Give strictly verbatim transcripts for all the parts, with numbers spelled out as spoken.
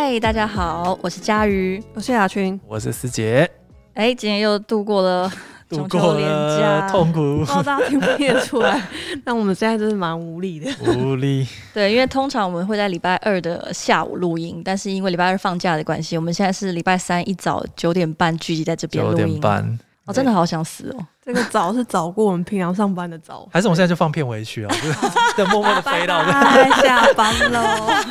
嗨，大家好，我是佳瑜， 我是雅群， 我是思杰。 哎，今天又度过了度过了痛苦， 不知道大家听不听得出来？但我们现在真是蛮无力的， 无力。 对，因为通常我们会在礼拜二的下午录音，但是因为礼拜二放假的关系，我们现在是礼拜三一早九点半聚集在这边录音。 九点半， 哦，真的好想死哦！ 这个早是早过我们平常上班的早， 还是我们现在就放片尾曲啊？就默默的飞到这。 下班喽！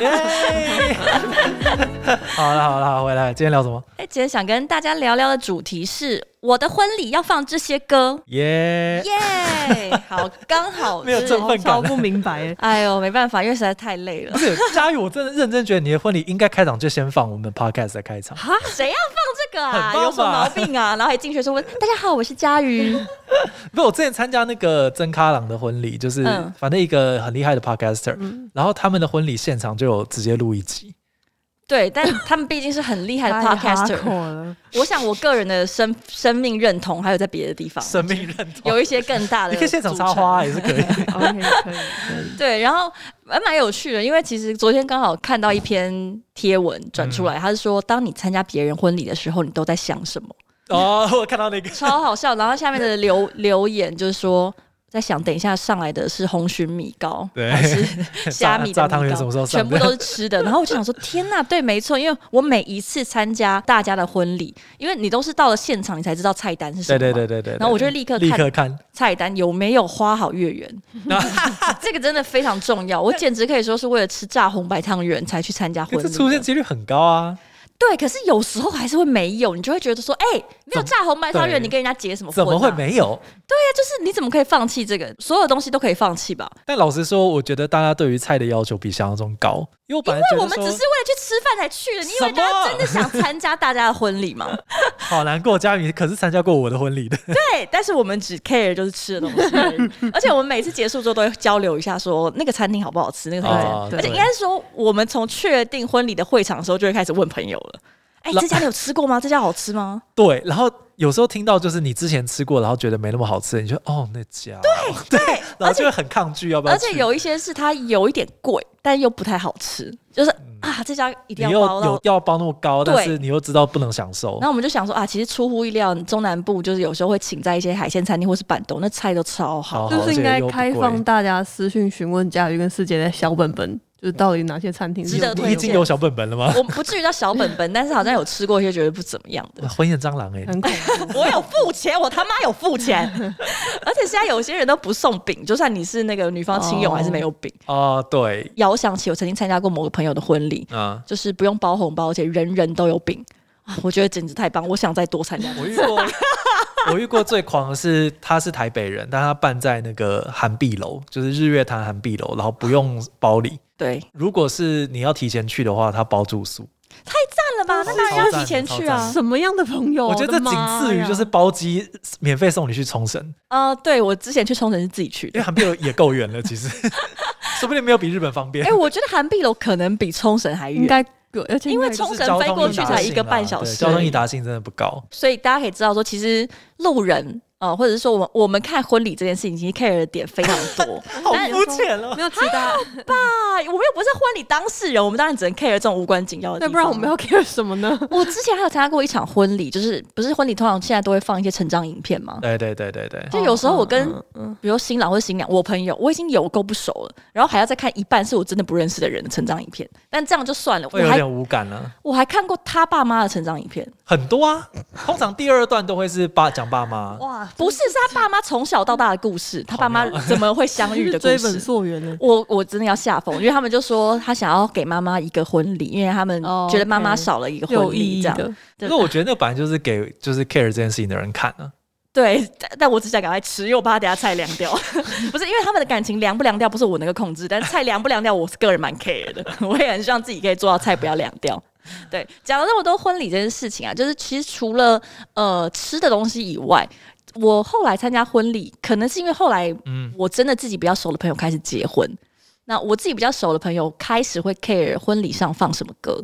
好了好了，回来，今天聊什么？ 哎，今天想跟大家聊聊的主题是我的婚礼要放这些歌， 耶耶！好，刚好没有振奋感， 超不明白。 哎呦，没办法，因为实在太累了。 不是佳宇，我真的认真觉得你的婚礼应该开场就先放我们 podcast 的开场。 哈，谁要放这个啊？ 有什么毛病啊？然后一进去说问大家好，我是佳瑜。 不是，我之前参加那个曾咖郎的婚礼，就是、嗯、反正一个很厉害的 podcaster，、嗯、然后他们的婚礼现场就有直接录一集。 对，但他们毕竟是很厉害的 podcaster， 我想我个人的生生命认同还有在别的地方， 生命认同有一些更大的， 你可以现场插花也是可以。 OK， 可以，可以。 对，然后蛮有趣的，因为其实昨天刚好看到一篇贴文转出来，嗯、他是说，当你参加别人婚礼的时候，你都在想什么？ 哦，我看到那个超好笑，然后下面的留留言就是说。在想等一下上来的是红蟳米糕还是虾米的米糕， 炸汤圆什么时候上？ 全部都是吃的。然后我就想说，天哪，对，没错，因为我每一次参加大家的婚礼，因为你都是到了现场你才知道菜单是什么嘛， 对对对对对。 然后我就立刻看立刻看菜单有没有花好月圆，这个真的非常重要。我简直可以说是为了吃炸红白汤圆才去参加婚礼， 这出现几率很高啊。 对，可是有时候还是会没有，你就会觉得说，哎、欸，没有炸红白汤圆，你跟人家结什么婚、啊？ 怎么会没有？ 对呀、啊，就是你怎么可以放弃这个？所有东西都可以放弃吧？ 但老实说，我觉得大家对于菜的要求比想象中高，因为我本来觉得因为我们只是为了去吃饭才去的，你以为大家真的想参加大家的婚礼吗？ 好难过，佳宇可是参加过我的婚礼的。 对，但是我们只 care 就是吃的东西而已，而且我们每次结束之后都会交流一下，说那个餐厅好不好吃，那个餐厅、哦，而且应该是说，我们从确定婚礼的会场的时候就会开始问朋友了。哎、欸，这家你有吃过吗？这家好吃吗？ 对，然后有时候听到就是你之前吃过，然后觉得没那么好吃，你就哦那家， 对对， 然后就会很抗拒要不要去。 而且有一些是它有一点贵，但又不太好吃，就是、嗯、啊这家一定要包到， 你又有要包那么高，但是你又知道不能享受。 然后我们就想说啊，其实出乎意料，中南部就是有时候会请在一些海鲜餐厅或是板豆，那菜都超好， 就是应该开放大家私讯询问佳瑜跟师姐的小本本。就是到底哪些餐厅值得推荐？ 你已经有小本本了吗？ 我不至于到小本本，但是好像有吃过一些觉得不怎么样的。 婚宴蟑螂哎、欸， 很恐怖。 我有付钱，我他妈有付钱。而且现在有些人都不送饼，就算你是那个女方亲友，还是没有饼。 哦、呃，对。 遥想起我曾经参加过某个朋友的婚礼，啊，就是不用包红包，而且人人都有饼。我觉得简直太棒，我想再多参加。 我遇过，我遇过最狂的是，他是台北人，但他办在那个涵碧楼，就是日月潭涵碧楼，然后不用包礼。 对， 如果是你要提前去的话，他包住宿。 太赞了吧！那当然要提前去啊！ 什么样的朋友？ 我觉得这仅次于就是包机免费送你去冲绳。 啊、呃，对，我之前去冲绳是自己去的， 因为涵碧楼也够远了，其实说不定没有比日本方便。 哎、欸，我觉得涵碧楼可能比冲绳还远， 应该。 因为冲绳飞过去才一个半小时， 交通易达性真的不高， 所以大家可以知道说，其实路人呃，或者是说我们我们看婚礼这件事情，其实 care 的点非常多， 好肤浅哦， 没有其他吧？我们又不是婚礼当事人，我们当然只能 care 这种无关紧要的地方。 那不然我们要 care 什么呢？ 我之前还有参加过一场婚礼，就是不是婚礼通常现在都会放一些成长影片吗？ 对对对对对， 就有时候我跟、哦嗯嗯、比如新郎或者新娘，我朋友我已经有够不熟了，然后还要再看一半是我真的不认识的人的成长影片，但这样就算了， 会有点无感了、啊。 我还看过他爸妈的成长影片， 很多啊，通常第二段都会是爸讲爸妈。 哇，不是，是他爸妈从小到大的故事，他爸妈怎么会相遇的故事， 追本溯源的。 我我真的要吓疯，因为他们就说他想要给妈妈一个婚礼，因为他们觉得妈妈少了一个婚礼，这样。 可是我觉得那本来就是给就是 care 这件事情的人看啊。 对，但我只想赶快吃，因为我怕他等下菜凉掉。不是因为他们的感情凉不凉掉，不是我能够控制，但菜凉不凉掉，我是个人蛮 care 的。我也很希望自己可以做到菜不要凉掉。对，讲了那么多婚礼这件事情啊，就是其实除了呃吃的东西以外，我后来参加婚礼，可能是因为后来我真的自己比较熟的朋友开始结婚，嗯、那我自己比较熟的朋友开始会 care 婚礼上放什么歌。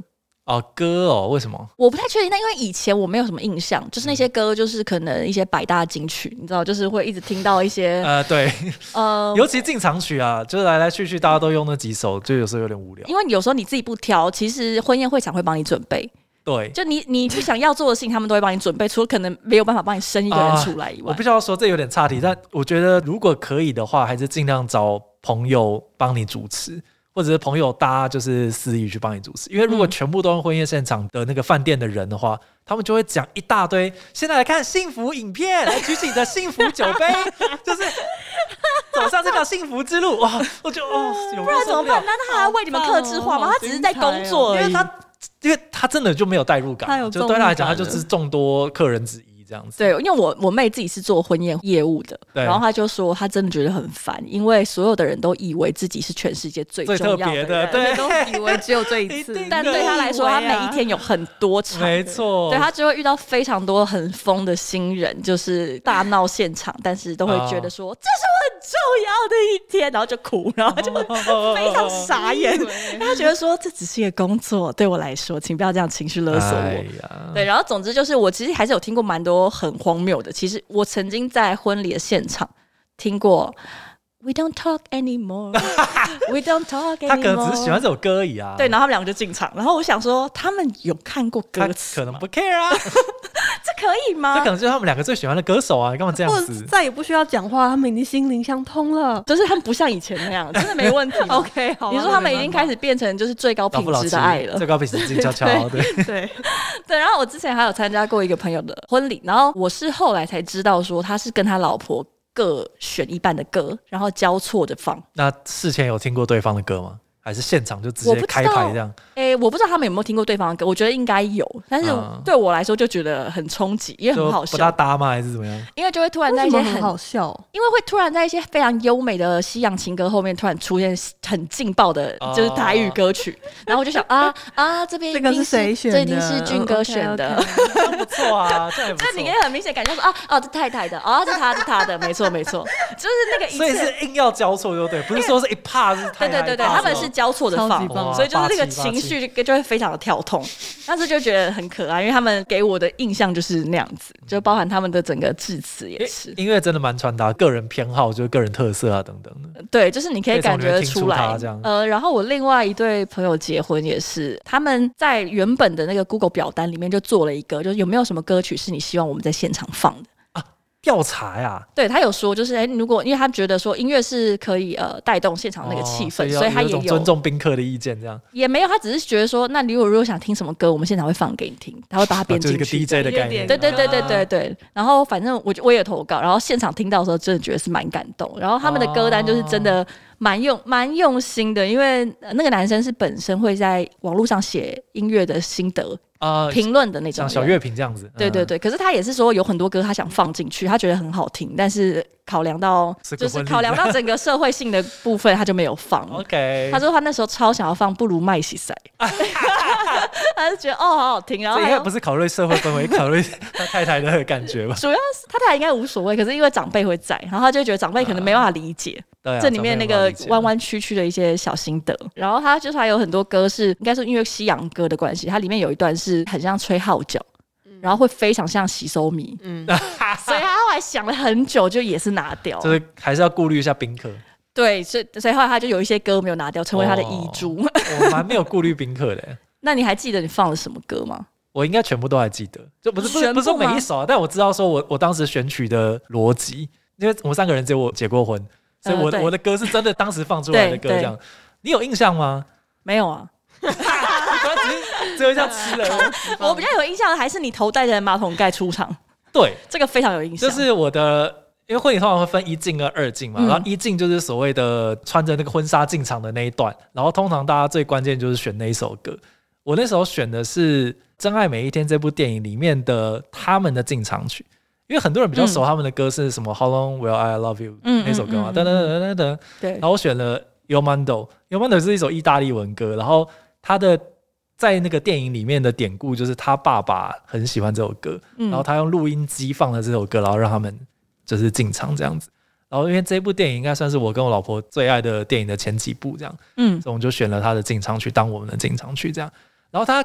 哦，歌哦，为什么？ 我不太确定，但因为以前我没有什么印象，就是那些歌就是可能一些百大金曲，你知道，就是会一直听到一些呃，对， 呃， 尤其进场曲啊，就是来来去去大家都用那几首，就有时候有点无聊。 因为有时候你自己不挑，其实婚宴会场会帮你准备。 对， 就你你不想要做的事情，他们都会帮你准备，除了可能没有办法帮你生一个人出来以外。 啊、我必须要说这有点岔题，但我觉得如果可以的话，还是尽量找朋友帮你主持。或者是朋友搭就是司仪去帮你主持，因为如果全部都用婚宴现场的那个饭店的人的话、嗯，他们就会讲一大堆。现在来看幸福影片，来举起你的幸福酒杯，就是走上这条幸福之路。哇，我就哦，有不然怎么办？那他还要为你们客制化吗？他只是在工作而已， 因为他因为他真的就没有代入感， 入感就对他来讲，他就是众多客人之一。这样子， 对，因为我我妹自己是做婚宴业务的，然后她就说她真的觉得很烦，因为所有的人都以为自己是全世界最重要的人， 的对， 都以为只有这一次， 但对她来说，她每一天有很多场， 没错， 对她就会遇到非常多很疯的新人，就是大闹现场，但是都会觉得说、哦、这是我很重要的一天，然后就哭，然后就非常傻眼，她觉得说这只是一个工作，对我来说，请不要这样情绪勒索我。哎、对，然后总之就是我其实还是有听过蛮多很荒谬的。其实我曾经在婚礼的现场听过 We don't talk anymore We don't talk anymore 他可能只是喜欢这首歌而已啊。 对，然后他们两个就进场，然后我想说他们有看过歌词， 可能不 care 啊这可以吗？ 这可能就是他们两个最喜欢的歌手啊，你干嘛这样子？ 再也不需要讲话，他们已经心灵相通了， 就是他们不像以前那样，真的没问题 OK 好， 你说他们已经开始变成就是最高品质的爱了， 最高品质静悄悄对对 对, 对。然后我之前还有参加过一个朋友的婚礼，然后我是后来才知道说他是跟他老婆各选一半的歌，然后交错的放。 那事前有听过对方的歌吗？还是现场就直接开牌这样？ 哎、欸，我不知道他们有没有听过对方的歌，我觉得应该有，但是对我来说就觉得很冲击，因为很好笑。 不大搭吗？还是怎么样？ 因为就会突然在一些 很, 很好笑， 因为会突然在一些非常优美的西洋情歌后面突然出现很劲爆的，就是台语歌曲，哦、然后我就想啊啊，这边这个是谁选的？ 这一定是俊哥选的， okay, okay 这不错啊，这也不错。 就你可以很明显感觉说啊哦，这太太的，哦，这他是他的，没错没错，就是那个一切， 所以是硬要交错，对不对？不是说是一趴是太太， 对对对对，他们是交错的放。所以就是那个情绪就会非常的跳痛，但是就觉得很可爱，因为他们给我的印象就是那样子，就包含他们的整个致辞也是。 音乐真的蛮传达个人偏好，就是个人特色啊等等的。 对，就是你可以感觉得出来。 这样呃，然后我另外一对朋友结婚也是，他们在原本的那个 Google 表单里面就做了一个，就是有没有什么歌曲是你希望我们在现场放的。 调查呀， 对他有说，就是哎、欸，如果因为他觉得说音乐是可以呃带动现场那个气氛、哦，所以他也有尊重宾客的意见，这样也没有，他只是觉得说，那如果如果想听什么歌，我们现场会放给你听，他会把它编进去、 啊，就是一个 D J 的概念， 对对对对对对。啊、然后反正我我也投稿，然后现场听到的时候，真的觉得是蛮感动。然后他们的歌单就是真的蛮用蛮用心的，因为那个男生是本身会在网络上写音乐的心得。呃，评论的那种像小乐评这样子， 对对对。可是他也是说有很多歌他想放进去，他觉得很好听，但是考量到就是考量到整个社会性的部分，他就没有放。 OK， 他说他那时候超想要放，不如麦西塞，他就觉得哦好好听，然后应该不是考虑社会氛围，考虑他太太的感觉吧。 主要是他太太应该无所谓，可是因为长辈会在，然后他就觉得长辈可能没办法理解。 啊、 这里面那个弯弯曲曲的一些小心得，然后他就是还有很多歌是应该是因为西洋歌的关系，它里面有一段是很像吹号角，嗯、然后会非常像洗手米，嗯，所以他后来想了很久，就也是拿掉， 就是还是要顾虑一下宾客。 对，所以所以后来他就有一些歌没有拿掉，成为他的遗珠。哦、 我蛮没有顾虑宾客的。 那你还记得你放了什么歌吗？ 我应该全部都还记得，就不是不是不是说每一首、啊，但我知道说我我当时选曲的逻辑，因为我们三个人只有我结过婚。所以我的、呃、我的歌是真的当时放出来的歌，这样你有印象吗？ 没有啊， 你只只有像吃了。 我比较有印象的还是你头戴着马桶盖出场， 对， 这个非常有印象。 就是我的，因为婚礼通常会分一进跟二进嘛、嗯，然后一进就是所谓的穿着那个婚纱进场的那一段，然后通常大家最关键就是选那一首歌。我那时候选的是《真爱每一天》这部电影里面的他们的进场曲。因为很多人比较熟他们的歌是什么、嗯、How Long Will I Love You、嗯、那首歌嘛，噔噔噔噔噔，对。然后我选了 Io Mondo，Io Mondo 是一首意大利文歌，然后他的在那个电影里面的典故就是他爸爸很喜欢这首歌，嗯、然后他用录音机放了这首歌，然后让他们就是进场这样子。然后因为这部电影应该算是我跟我老婆最爱的电影的前几部这样，嗯，所以我们就选了他的进场曲当我们的进场曲这样。然后他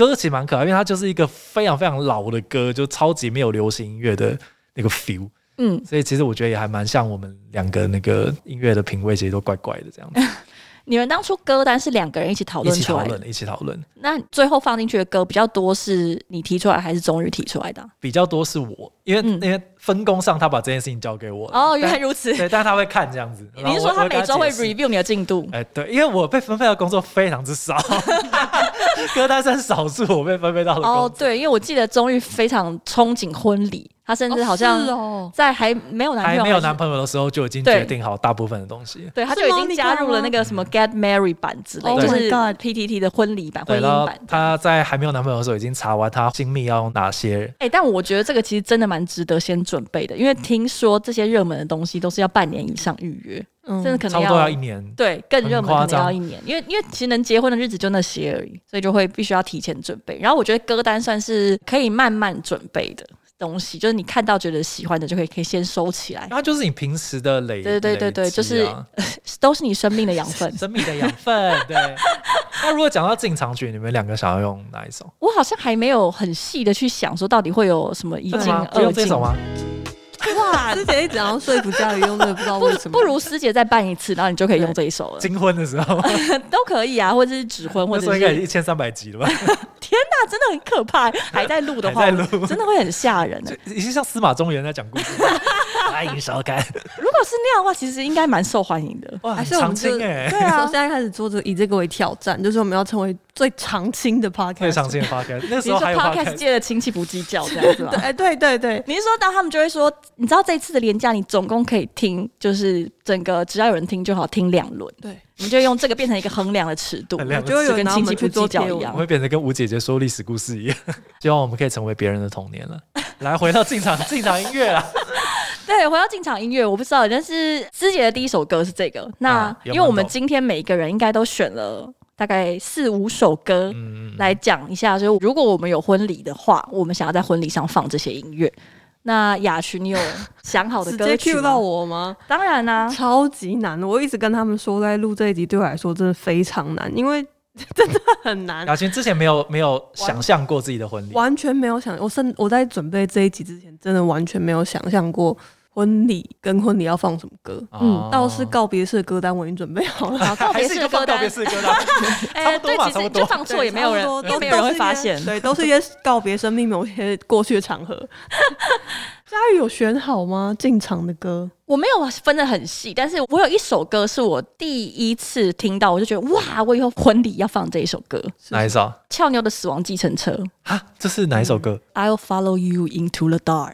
歌其实蛮可爱，因为它就是一个非常非常老的歌，就超级没有流行音乐的那个 feel。嗯，所以其实我觉得也还蛮像我们两个那个音乐的品味，其实都怪怪的这样子。 你们当初歌单是两个人一起讨论出来的，一起讨论， 一起讨论。 那最后放进去的歌比较多是你提出来还是钟宇提出来的、啊？比较多是我，因为、嗯、因为分工上他把这件事情交给我了。 哦，原来如此。 对，但他会看这样子。 你是说他每周会 review 你的进度？ 哎、欸，对，因为我被分配的工作非常之少，歌单算少数我被分配到的工作。 哦，对，因为我记得钟宇非常憧憬婚礼。他甚至好像在还没有男朋友、 还没有男朋友的时候就已经决定好大部分的东西。 对，他就已经加入了那个什么 Get Married 版之类的，就是 P T T 的婚礼版、婚姻版。 他在还没有男朋友的时候已经查完他新秘要用哪些。 哎、欸，但我觉得这个其实真的蛮值得先准备的，因为听说这些热门的东西都是要半年以上预约。嗯，真的可能要差不多要一年， 对，更热门可能要一年，因为因为其实能结婚的日子就那些而已，所以就会必须要提前准备。然后我觉得歌单算是可以慢慢准备的东西，就是你看到觉得喜欢的就可以可以先收起来。 它就是你平时的累， 对对对对，啊、就是、呃、都是你生命的养分， 生命的养分。对。那如果讲到进场曲，你们两个想要用哪一首？ 我好像还没有很细的去想说到底会有什么一进二进。 用这首吗？ 哇，师姐一直想要说服家里用这个，不知道为什么。 不, 不如师姐再办一次，然后你就可以用这一首了。 金婚的时候都可以啊，或者是指婚，或者是那时候应该一千三百集了吧？ 天哪，真的很可怕！还在录的话，真的会很吓人的。 已经像司马中原在讲故事。欢迎收看。 如果是那样的话，其实应该蛮受欢迎的。 哇，很长青哎、欸！ 对啊，现在开始做这个以这个为挑战，就是我们要成为最长青的 podcast， 最长青的 podcast。那时候还有 podcast 界的亲戚不计较这样子吗？ 对对对对， 你是说当他们就会说，你知道这一次的连假，你总共可以听，就是整个只要有人听就好，听两轮。 对， 你就用这个变成一个衡量的尺度， 就会有跟亲戚不计较一样， 我会变成跟吴姐姐说历史故事一样。希望我们可以成为别人的童年了。来，回到进场进场音乐啦。 对，回到进场音乐，我不知道，但是师姐的第一首歌是这个。那、啊、因为我们今天每一个人应该都选了大概四五首歌来讲一下，就是如果我们有婚礼的话，我们想要在婚礼上放这些音乐。那雅群，你有想好的歌曲吗？ 直接 cue 到我吗？ 当然啦、啊， 超级难。我一直跟他们说，在录这一集对我来说真的非常难，因为真的很难。 雅群之前没有没有想象过自己的婚礼， 完全没有想。我甚我在准备这一集之前，真的完全没有想象过婚礼跟婚礼要放什么歌。嗯，倒是告别式的歌单我已经准备好了。 好，告别式的歌单， 告别式的歌单，差不多嘛， 欸、对，其实就放错也没有人，也没有人会发现。 对，都是一些告别生命某些过去的场合。佳宇有选好吗？进场的歌我没有分得很细，但是我有一首歌是我第一次听到，我就觉得哇，我以后婚礼要放这一首歌。 哪一首？ 俏妞的死亡计程车啊，这是哪一首歌、 嗯、？I'll follow you into the dark。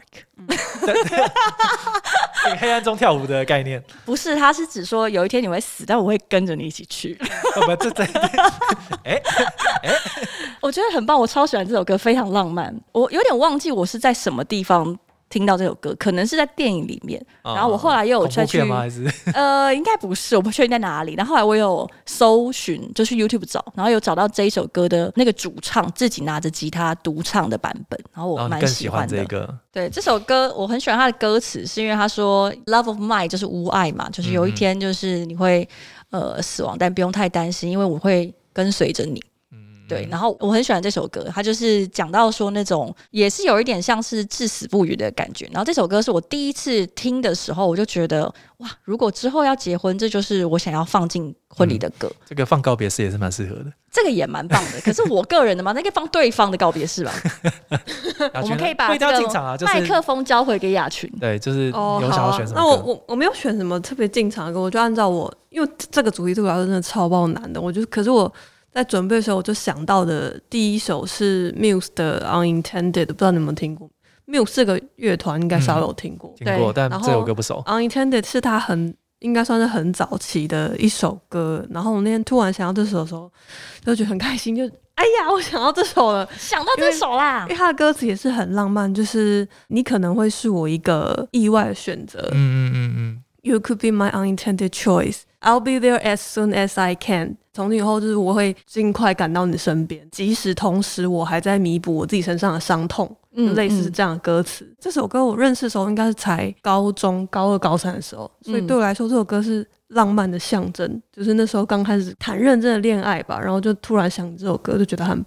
黑暗中跳舞的概念不是，他是指说有一天你会死，但我会跟着你一起去。 不，这这，哎哎， 我觉得很棒，我超喜欢这首歌，非常浪漫。我有点忘记我是在什么地方听到这首歌，可能是在电影里面， 哦、 然后我后来又有再去， 还是呃，应该不是，我不确定在哪里。然后后来我有搜寻，就去 YouTube 找，然后有找到这一首歌的那个主唱自己拿着吉他独唱的版本，然后我蛮喜欢的。 更喜欢这个， 对，这首歌我很喜欢他的歌词，是因为他说 "Love of mine" 就是无爱嘛，就是有一天就是你会、嗯、呃死亡，但不用太担心，因为我会跟随着你。对，然后我很喜欢这首歌，它就是讲到说那种也是有一点像是至死不渝的感觉。然后这首歌是我第一次听的时候，我就觉得哇，如果之后要结婚，这就是我想要放进婚礼的歌。 嗯、这个放告别式也是蛮适合的， 这个也蛮棒的。可是我个人的嘛，那个放对方的告别式吧。我们可以把这个麦克风交回给雅群。 对，就是有想要选什么歌、 哦啊、那我我我没有选什么特别进场的歌，我就按照我，因为这个主题对我来说真的超爆难的。我就可是我。在准备的时候，我就想到的第一首是 Muse 的 Unintended， 不知道你有没有听过 ？Muse 这个乐团应该稍微有听过， 嗯、听过，但这首歌不熟。 Unintended 是他很应该算是很早期的一首歌，然后我那天突然想到这首的时候，就觉得很开心，就哎呀，我想到这首了， 想到这首啦， 因为他的歌词也是很浪漫，就是你可能会是我一个意外的选择，嗯嗯嗯嗯 ，You could be my unintended choice. I'll be there as soon as I can. 从今以后就是我会尽快赶到你的身边，即使同时我还在弥补我自己身上的伤痛，嗯、类似这样的歌词、嗯嗯。这首歌我认识的时候应该是才高中高二高三的时候，所以对我来说这首歌是浪漫的象征，就是那时候刚开始谈认真的恋爱吧，然后就突然想这首歌，就觉得很棒。我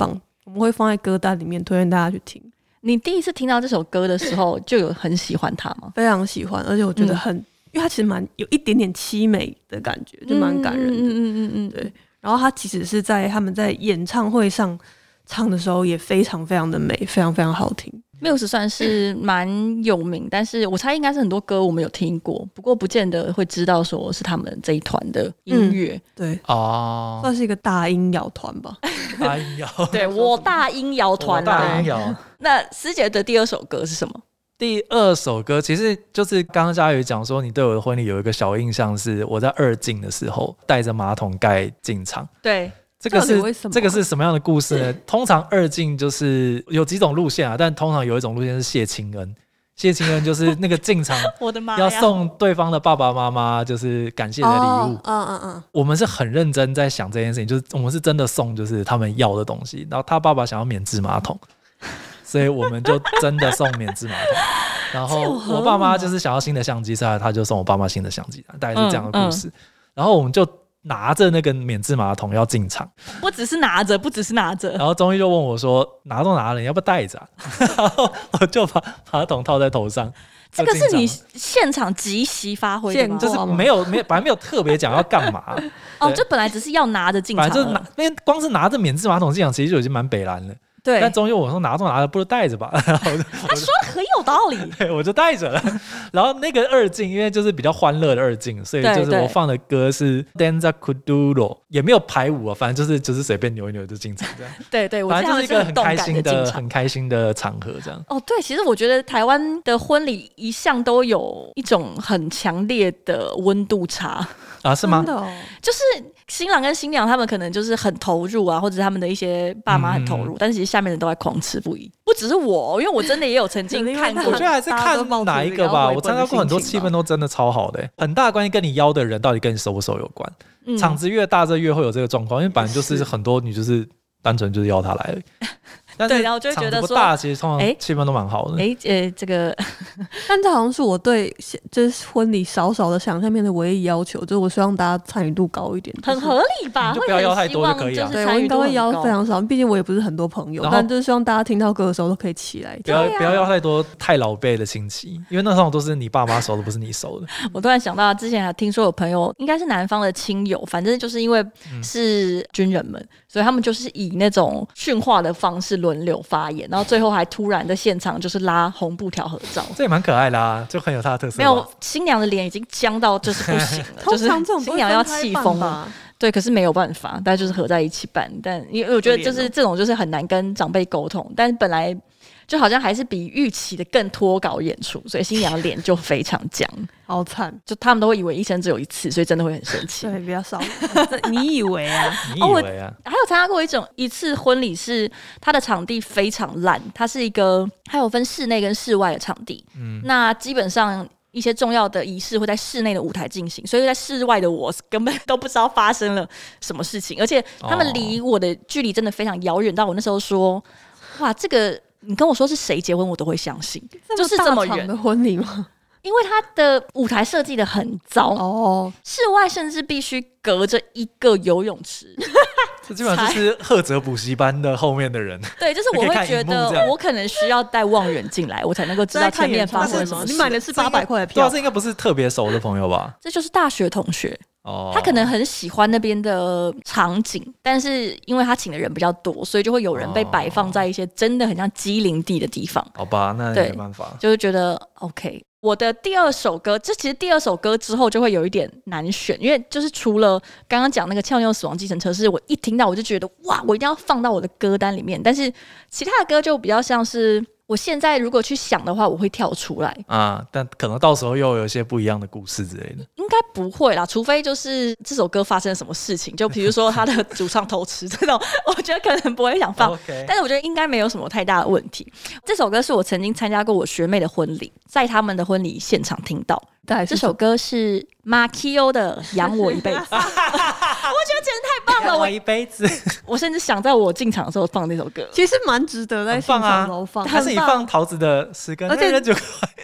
们会放在歌单里面推荐大家去听。 你第一次听到这首歌的时候就有很喜欢它吗？ 非常喜欢，而且我觉得很、嗯、因为它其实蛮有一点点凄美的感觉，就蛮感人的。嗯嗯嗯嗯，对。然后它其实是在他们在演唱会上唱的时候也非常非常的美，非常非常好听。 Muse 算是蛮有名，但是我猜应该是很多歌我们有听过，不过不见得会知道说是他们这一团的音乐、嗯。 对哦，算是一个大音摇团吧。 大音摇， 对我大音摇团啦。 大音摇。 那师姐的第二首歌是什么？ 第二首歌其实就是刚刚佳宇讲说，你对我的婚礼有一个小印象，是我在二进的时候带着马桶盖进场。 对。 这个是这个是什么样的故事呢？通常二进就是有几种路线啊，但通常有一种路线是谢亲恩。谢亲恩就是那个进场我的妈要送对方的爸爸妈妈就是感谢的礼物。 嗯嗯嗯， 我们是很认真在想这件事情，就是我们是真的送就是他们要的东西。然后他爸爸想要免治马桶，所以我们就真的送免治马桶。然后我爸妈就是想要新的相机，所以他就送我爸妈新的相机，大概是这样的故事。嗯嗯、然后我们就拿着那个免治马桶要进场， 不只是拿着，不只是拿着。 然后中医就问我说：“拿都拿了，你要不要带着、啊？”然后我就把马桶套在头上。 这个是你现场即席发挥的吗？ 就是没有没有，本来没有特别讲要干嘛。 哦，就本来只是要拿着进场， 本来就是拿，因为光是拿着免治马桶进场，其实就已经蛮北蓝了。 对， 但中医我说拿都拿了，不如带着吧。然后他说的很有道理， 对，我就带着了。然后那个二进，因为就是比较欢乐的二进，所以就是我放的歌是 Danza Kuduro， 也没有排舞啊，反正就是就是随便扭一扭就进场这样。 对对， 反正就是一个很开心的很开心的场合这样。 哦，对，其实我觉得台湾的婚礼一向都有一种很强烈的温度差啊，是吗？ 哦、 就是新郎跟新娘他们可能就是很投入啊，或者他们的一些爸妈很投入，嗯、但是其实下面人都在狂吃不已。不只是我，因为我真的也有曾经看过。 我觉得还是看哪一个吧。我参加过很多，气氛都真的超好的、欸，很大的关系跟你邀的人到底跟你熟不熟有关。嗯、场子越大，这越会有这个状况，因为本来就是很多你就是单纯就是邀他来而已。 对，然后就会觉得说， 不大，其实通常气氛都蛮好的。 哎，呃，这个， 但这好像是我对就是婚礼少少的想象面的唯一要求，就是我希望大家参与度高一点， 很合理吧？ 你就不要邀太多就可以啊。 对，我应该会邀非常少，毕竟我也不是很多朋友，但就是希望大家听到歌的时候都可以起来。 不要不要邀太多太老辈的亲戚，因为那时候都是你爸妈熟的，不是你熟的。 我突然想到，之前还听说有朋友应该是南方的亲友，反正就是因为是军人们，嗯、所以他们就是以那种训话的方式轮流发言。然后最后还突然在现场就是拉红布条合照， 这也蛮可爱的啊，就很有他的特色。 没有，新娘的脸已经僵到就是不行了，就是新娘要气疯了。对，可是没有办法，大家就是合在一起办。但因为我觉得就是这种就是很难跟长辈沟通，但本来就好像还是比预期的更脱稿演出，所以新娘脸就非常僵， 好惨。 就他们都会以为一生只有一次，所以真的会很生气。 对，比较少。你以为啊？ 你以为啊？ 还有参加过一种一次婚礼，是它的场地非常烂，它是一个还有分室内跟室外的场地。嗯，那基本上一些重要的仪式会在室内的舞台进行，所以在室外的我根本都不知道发生了什么事情，而且他们离我的距离真的非常遥远到我那时候说，哇，这个你跟我说是谁结婚我都会相信，就是这么远的婚礼吗？ 因为它的舞台设计的很糟哦，室外甚至必须隔着一个游泳池， 这基本上就是赫哲补习班的后面的人。 对，就是我会觉得我可能需要带望远镜来，我才能够知道前面发生了什么。 你买的是八百块的票， 对啊，这应该不是特别熟的朋友吧？ 这就是大学同学。哦，他可能很喜欢那边的场景，但是因为他请的人比较多，所以就会有人被摆放在一些真的很像畸零地的地方。 好吧，那没办法， 就是觉得 OK。我的第二首歌，这其实第二首歌之后就会有一点难选，因为就是除了刚刚讲那个《俏妞死亡计程车》，是我一听到我就觉得哇，我一定要放到我的歌单里面，但是其他的歌就比较像是。我现在如果去想的话，我会跳出来啊，但可能到时候又有一些不一样的故事之类的。 应该不会啦，除非就是这首歌发生了什么事情，就比如说他的主唱偷吃这种，我觉得可能不会想放。okay. 但是我觉得应该没有什么太大的问题。这首歌是我曾经参加过我学妹的婚礼，在他们的婚礼现场听到。这首歌是 Makio 的《养我一辈子》，我觉得简直太棒了！ 我一辈子， 我甚至想在我进场的时候放那首歌， 其实蛮值得在现场的时候放。 它是你放桃子的十根，而且九块，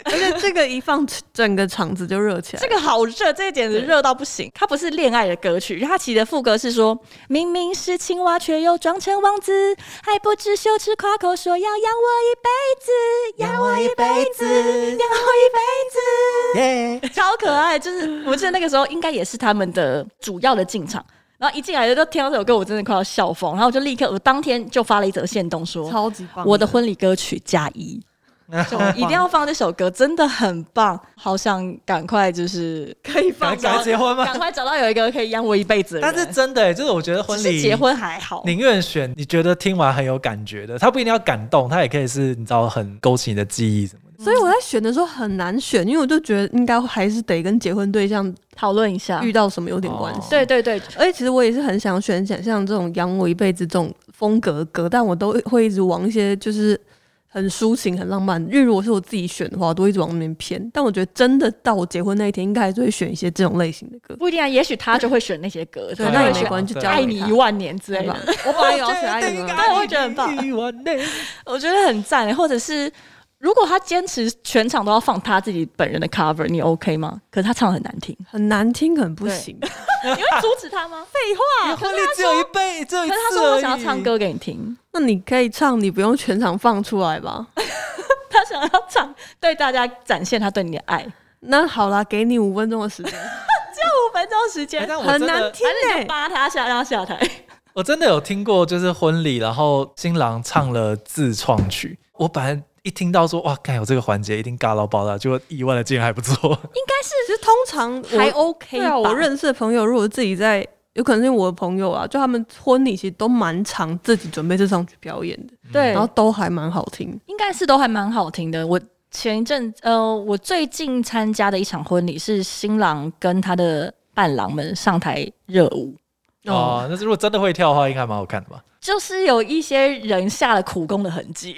而且这个一放，整个场子就热起来。 这个好热，这个简直热到不行。它不是恋爱的歌曲，它其实的副歌是说：明明是青蛙，却又装成王子，还不知羞耻，夸口说要养我一辈子，养我一辈子，养我一辈子，耶、yeah ，超可爱。就是我记得那个时候应该也是他们的主要的进场。然后一进来就听到这首歌，我真的快要笑疯。然后我就立刻，我当天就发了一则限动说， 超级棒， 我的婚礼歌曲加一，就一定要放这首歌，真的很棒。好想赶快就是可以放， 赶快结婚吗？ 赶快找到有一个可以养我一辈子的人。 但是真的、欸，就是我觉得婚礼结婚还好， 宁愿选你觉得听完很有感觉的，它不一定要感动，它也可以是你知道很勾起你的记忆什么的。 所以我在选的时候很难选，因为我就觉得应该还是得跟结婚对象讨论一下， 遇到什么有点关系。 哦、对对对， 而且其实我也是很想选像这种养我一辈子这种风格的歌，但我都会一直往一些就是很抒情、很浪漫。因为如果是我自己选的话，我都会一直往那边偏。但我觉得真的到我结婚那一天，应该还是会选一些这种类型的歌。 不一定啊，也许他就会选那些歌， 对，那也没关系，就交给他爱你一万年之类的。 我本来也要选爱你一万年， 我会觉得很棒，我觉得很赞，或者是。如果他坚持全场都要放他自己本人的 cover， 你 OK 吗？可是他唱很难听， 很难听，很不行。 你会阻止他吗？ 废话， 婚礼只有一辈，只有一次而已。 可是他说他想要唱歌给你听， 那你可以唱，你不用全场放出来吧？ 他想要唱，对大家展现他对你的爱。 那好啦，给你五分钟的时间，只有五分钟时间， 欸、很难听哎、欸！ 扒他下，让他下台。 我真的有听过，就是婚礼，然后新郎唱了自创曲，我本来。一听到说哇，看有这个环节一定尬到爆炸，就意外的竟然还不错。应该是， 其实通常还 OK 吧。 对啊，我认识的朋友，如果自己在，有可能是我的朋友啊，就他们婚礼其实都蛮常自己准备这场去表演的， 对， 然后都还蛮好听， 应该是都还蛮好听的。我前一阵呃，我最近参加的一场婚礼是新郎跟他的伴郎们上台热舞。 哦，那如果真的会跳的话，应该蛮好看的吧？ 就是有一些人下了苦功的痕迹。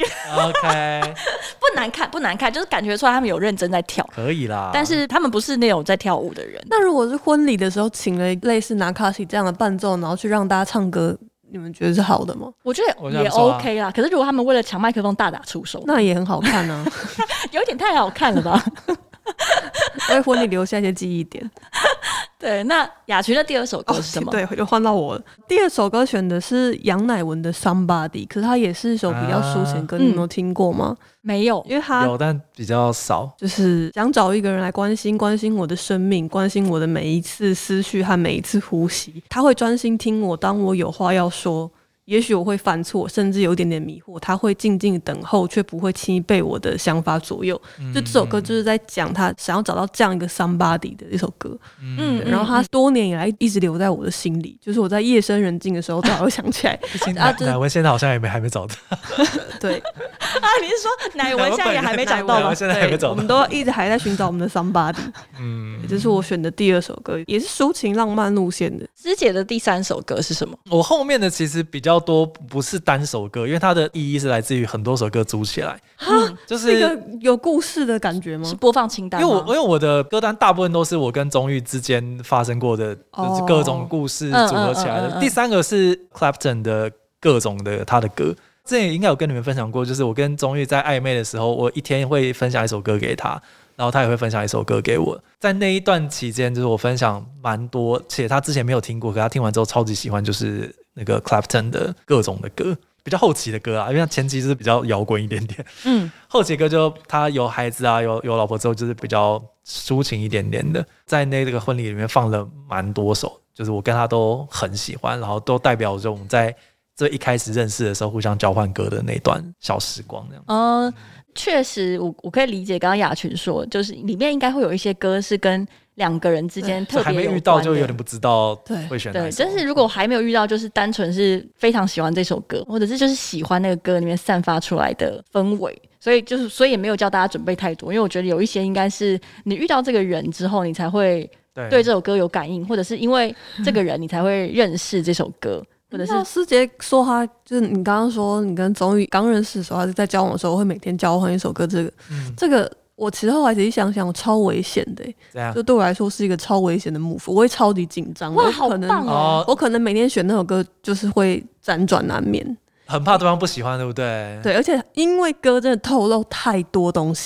OK， 不难看，不难看，就是感觉出来他们有认真在跳， 可以啦。 但是他们不是那种在跳舞的人。 那如果是婚礼的时候，请了类似拿卡西这样的伴奏，然后去让大家唱歌，你们觉得是好的吗？ 我觉得也 OK 啦。可是如果他们为了抢麦克风大打出手， 那也很好看啊。 有点太好看了吧？ 为婚礼留下一些记忆点。 对，那雅群的第二首歌是什么？ 哦、对，就换到我了。第二首歌选的是杨乃文的《Somebody》，可是它也是一首比较抒情歌，啊、你有没有听过吗？ 没有， 因为它有，但比较少。 就是想找一个人来关心，关心我的生命，关心我的每一次思绪和每一次呼吸。他会专心听我，当我有话要说。也许我会犯错，甚至有一点点迷惑，他会静静等候，却不会轻易被我的想法左右。嗯、就这首歌就是在讲他想要找到这样一个 somebody 的一首歌。嗯，然后他多年以来一直留在我的心里，就是我在夜深人静的时候，都还会想起来。 啊，乃文现在好像也没还没找到。 对啊，你是说乃文现在也还没找到吗？ 现在还没找到， 我们都一直还在寻找我们的 somebody。嗯，这是我选的第二首歌，也是抒情浪漫路线的。 师姐的第三首歌是什么？ 我后面的其实比较多不是单首歌，因为它的意义是来自于很多首歌组起来， 嗯、就是一个有故事的感觉吗？ 是播放清单吗？ 因为我因为我的歌单大部分都是我跟钟玉之间发生过的，就是各种故事组合起来的。哦嗯嗯嗯嗯、第三个是 Clapton 的各种的他的歌，之前应该有跟你们分享过，就是我跟钟玉在暧昧的时候，我一天会分享一首歌给他。然后他也会分享一首歌给我，在那一段期间，就是我分享蛮多，且他之前没有听过，可他听完之后超级喜欢，就是那个 Clapton 的各种的歌，比较后期的歌啊，因为他前期就是比较摇滚一点点，嗯，后期歌就他有孩子啊，有有老婆之后，就是比较抒情一点点的，在那个婚礼里面放了蛮多首，就是我跟他都很喜欢，然后都代表着我们在这一开始认识的时候互相交换歌的那段小时光这样。 嗯。确实我，我可以理解刚刚雅群说，就是里面应该会有一些歌是跟两个人之间特别有关的， 还没遇到就有点不知道会选哪一首。 对，但是如果还没有遇到，就是单纯是非常喜欢这首歌，或者是就是喜欢那个歌里面散发出来的氛围，所以就是所以也没有叫大家准备太多，因为我觉得有一些应该是你遇到这个人之后，你才会对这首歌有感应，或者是因为这个人你才会认识这首歌。或者是师姐说他就是你刚刚说你跟钟宇刚认识的时候，还是在交往的时候会每天交换一首歌，这个、嗯、这个我其实后来仔细想想，我超危险的、欸，就对我来说是一个超危险的 move， 我会超级紧张， 哇，好棒哦！ 我可能每天选那首歌就是会辗转难眠， 很怕对方不喜欢，对不对？ 对，而且因为歌真的透露太多东西了。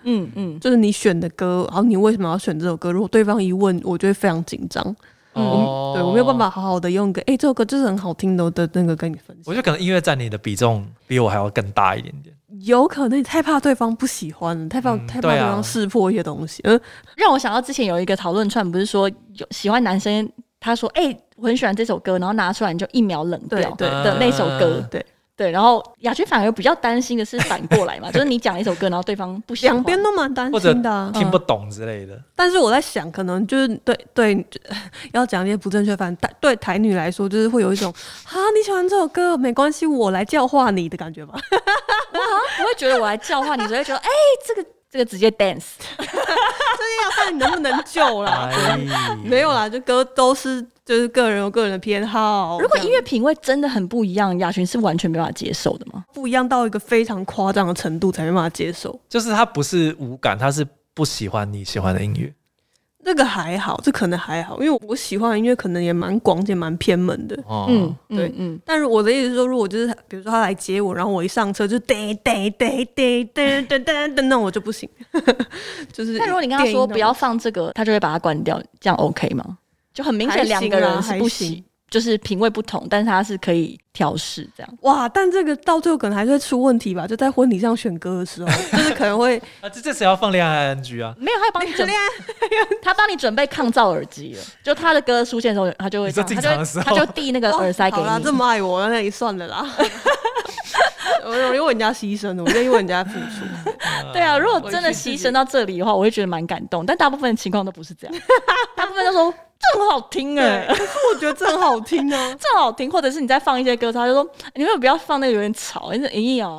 嗯嗯，就是你选的歌，然后你为什么要选这首歌？如果对方一问，我就会非常紧张。哦、嗯，对我没有办法好好的用个哎、欸，这首歌就是很好听的的那个跟你分享。 我觉得可能音乐占你的比重比我还要更大一点点。 有可能你太怕对方不喜欢了，太怕、嗯、太怕对方识破一些东西。嗯， 让我想到之前有一个讨论串，不是说有喜欢男生，他说哎、欸，我很喜欢这首歌，然后拿出来你就一秒冷掉的那首歌，对。对，然后雅君反而比较担心的是反过来嘛，就是你讲一首歌，然后对方不喜欢， 两边都蛮担心的、啊， 或者听不懂之类的、嗯。 但是我在想，可能就是对对，要讲一些不正确，反正对台女来说，就是会有一种啊，你喜欢这首歌没关系，我来教化你的感觉吧。 我好像不会觉得我来教化你，只会觉得哎、欸，这个这个直接 dance， 就是要看你能不能救啦。没有啦，就歌都是。就是个人有个人的偏好。 如果音乐品味真的很不一样，雅群是完全没办法接受的吗？ 不一样到一个非常夸张的程度才没办法接受。 就是他不是无感，他是不喜欢你喜欢的音乐。 这个还好，这可能还好，因为我喜欢的音乐可能也蛮广且蛮偏门的。哦、嗯，对，嗯嗯。但是我的意思是说，如果就是比如说他来接我，然后我一上车就嘚嘚嘚嘚嘚嘚嘚嘚，那我就不行。就是。 但如果你跟他说不要放这个，他就会把它关掉，这样 OK 吗？就很明显两个人是不行，就是品味不同，但是他是可以调试这样。 哇，但这个到最后可能还是会出问题吧？就在婚礼上选歌的时候，就是可能会啊，这这谁要放恋爱 I N G 啊？ 没有，他帮你准备，他帮你准备抗噪耳机了。就他的歌出现的时候，他就会这样，他就他就递那个耳塞给你。 好啦，这么爱我，那也算了啦。我因为人家牺牲的，我愿意为人家付出。 对啊，如果真的牺牲到这里的话，我会觉得蛮感动。但大部分的情况都不是这样，大部分都说这很好听哎、欸， 可是我觉得这很好听啊， 这很好听。或者是你在放一些歌，他就说你们不要放那个有点吵，你是哎呀。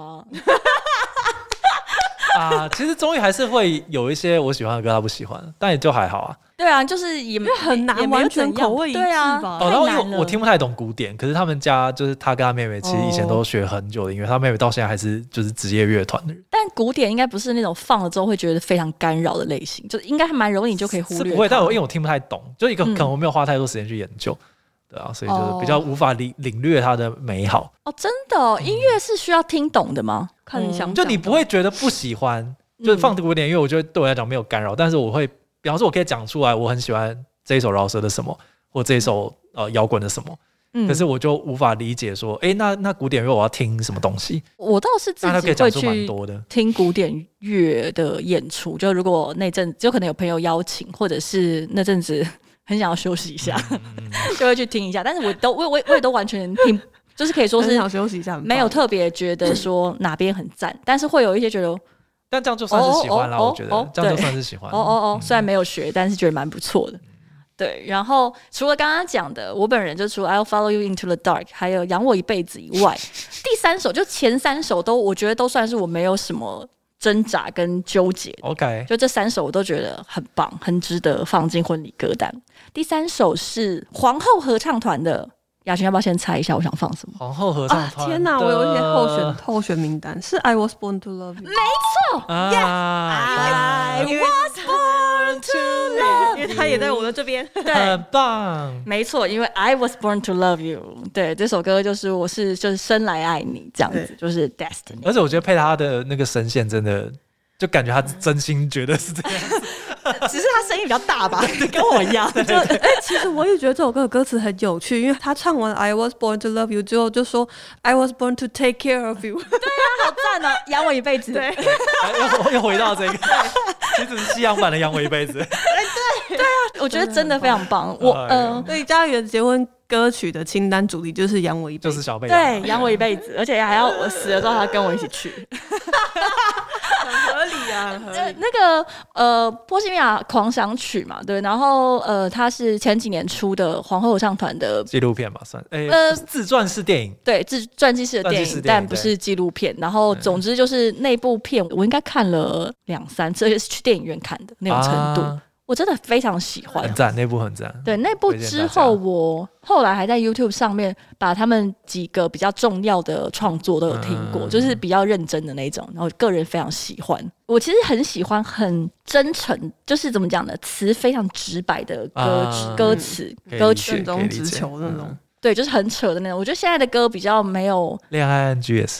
啊，其实综艺还是会有一些我喜欢的歌他不喜欢，但也就还好啊。 对啊，就是也很难完全口味一致吧。 哦，然后因为我听不太懂古典，可是他们家就是他跟他妹妹其实以前都学很久的音乐，他妹妹到现在还是就是职业乐团的人。 但古典应该不是那种放了之后会觉得非常干扰的类型，就应该还蛮容易你就可以忽略。 不会，但我因为我听不太懂，就一个可能我没有花太多时间去研究。嗯对啊，所以就是比较无法领领略它的美好哦。真的、哦，音乐是需要听懂的吗？嗯、 看你想， 就你不会觉得不喜欢，嗯、就是放古典音乐，我觉得对我来讲没有干扰，但是我会，比方说，我可以讲出来，我很喜欢这一首饶舌的什么，或这一首呃摇滚的什么，嗯、可是我就无法理解说，哎、欸，那那古典乐我要听什么东西？ 我倒是自己会去听古典乐的演出，就如果那阵就可能有朋友邀请，或者是那阵子。很想要休息一下，嗯嗯嗯就会去听一下。但是我都我我我也都完全听，就是可以说是想休息一下， 没有特别觉得说哪边很赞，但是会有一些觉得， 但这样就算是喜欢啦。 哦、 我觉得、 哦、 这样就算是喜欢。 哦哦哦，虽然没有学，但是觉得蛮不错的。对，然后除了刚刚讲的，我本人就除了 I'll Follow You Into the Dark， 还有养我一辈子以外，第三首就前三首都我觉得都算是我没有什么。挣扎跟纠结 ，OK， 就这三首我都觉得很棒，很值得放进婚礼歌单。第三首是皇后合唱团的，雅群要不要先猜一下我想放什么？ 皇后合唱团、 啊，天哪，我有一些候选候选名单，是 I Was Born to Love You， 没错、啊、，Yes，I Was Born to Love You， 因为他也在我的这边， 对， 很棒， 没错，因为 I Was Born to Love You， 对，这首歌就是我是就是生来爱你这样子，就是 Destiny。 而且我觉得配他的那个声线真的。就感觉他真心觉得是这样子， 只是他声音比较大吧，跟我一样。 就哎、欸，其实我也觉得这首歌的歌词很有趣，因为他唱完 I was born to love you 之后，就说 I was born to take care of you。 对啊，好赞哦，养我一辈子。 对， 又又回到这个，其实是西洋版的养我一辈子。 哎，对，对啊，我觉得真的非常棒。我呃， 所以家园结婚歌曲的清单主题就是养我一辈子， 就是小贝对，养我一辈子，而且还要我死了之后他跟我一起去。 很合理啊，很合理。 呃、那个呃，波西米亚狂想曲嘛，对，然后呃，它是前几年出的皇后合唱团的纪录片吧，算，欸、呃，自传式电影， 对，自传记式的电影，但不是纪录片。然后总之就是那部片，我应该看了两三次，而且是去电影院看的那种程度。啊，我真的非常喜欢， 很赞，那部很赞。 对，那部之后，我后来还在 YouTube 上面把他们几个比较重要的创作都有听过，嗯、就是比较认真的那种，然后个人非常喜欢。我其实很喜欢很真诚，就是怎么讲呢，词非常直白的歌、啊、歌词、嗯、歌曲， 正中直球那种。 对，就是很扯的那种。我觉得现在的歌比较没有恋爱 I N G 也是啊。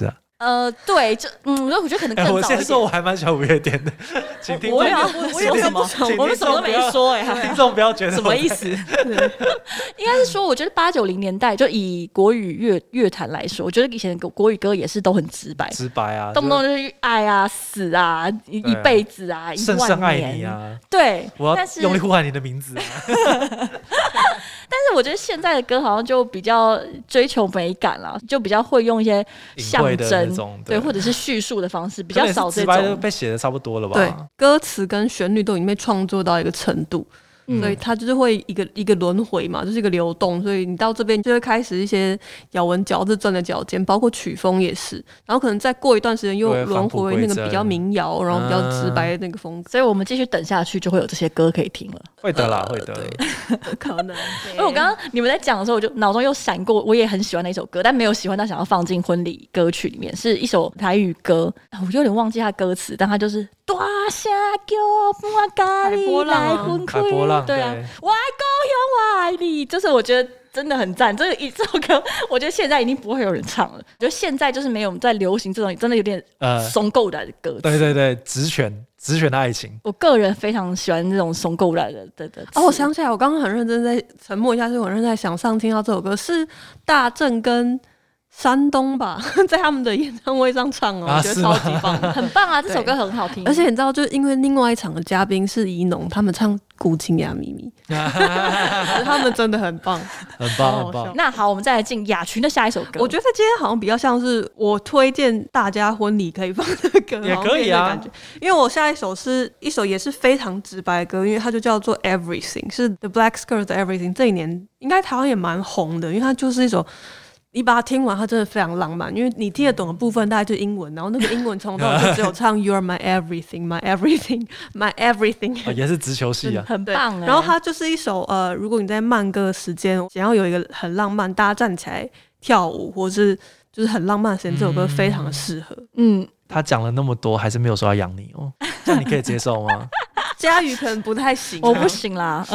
呃，对，就嗯，我觉得可能更早一点、欸。 我先说，我还蛮喜欢五月天的，请听众。 我也要，我也什么？我们什么都没说哎、 欸，听众不要觉得什么意思？应该是说，我觉得八九零年代就以国语乐乐坛来说，我觉得以前的国语歌也是都很直白， 直白啊， 动不动就是爱啊、死啊、一一辈子啊、一万年， 深深爱你啊， 对， 我要用力呼喊你的名字啊。 但是我觉得现在的歌好像就比较追求美感啦，就比较会用一些象征，对，或者是叙述的方式，比较少这种。直白被写的差不多了吧？ 对，歌词跟旋律都已经被创作到一个程度。嗯、所以它就是会一个一个轮回嘛，就是一个流动，所以你到这边就会开始一些咬文嚼字、钻的脚尖，包括曲风也是，然后可能再过一段时间又轮回那个比较民谣，然后比较直白的那个风格， 嗯、所以我们继续等下去就会有这些歌可以听了。 会的啦，会的， 对，可能。 因为我刚刚你们在讲的时候，我就脑中又闪过，我也很喜欢那首歌，但没有喜欢到想要放进婚礼歌曲里面，是一首台语歌，我有点忘记它歌词，但它就是大声叫我咖喱来分开，对啊，我爱故乡，我爱你，就是我觉得真的很赞。这个一这首歌，我觉得现在已经不会有人唱了。我觉得现在就是没有在流行这种真的有点怂够的歌词。 对对对，职权职权的爱情。 我个人非常喜欢这种怂够的的的。 哦，我想起来，我刚刚很认真在沉默一下，是我很认真在想上听到这首歌是大正跟山东吧，在他们的演唱会上唱哦， 啊、 我觉得超级棒， 很棒啊！这首歌很好听， 而且你知道，就是因为另外一场的嘉宾是宜农，他们唱《古琴呀咪咪》，他们真的很棒， 很棒，很棒。 那好，我们再来进雅群的下一首歌。 我觉得今天好像比较像是我推荐大家婚礼可以放的歌， 也可以啊。 因为我下一首是一首也是非常直白的歌，因为它就叫做《Everything》，是 The Black Skirts 的《Everything》，这一年应该台湾也蛮红的，因为它就是一首。你把它听完，它真的非常浪漫，因为你听得懂的部分大概就是英文，然后那个英文从头到尾就只有唱 You're my everything, my everything, my everything，、 哦、也是直球系啊， 很棒哎。 然后它就是一首呃，如果你在慢歌的时间想要有一个很浪漫，大家站起来跳舞，或是就是很浪漫的时间，这首歌非常的适合。 嗯， 他讲了那么多，还是没有说要养你哦，这样你可以接受吗？ 佳宇可能不太行、啊， 我不行啦。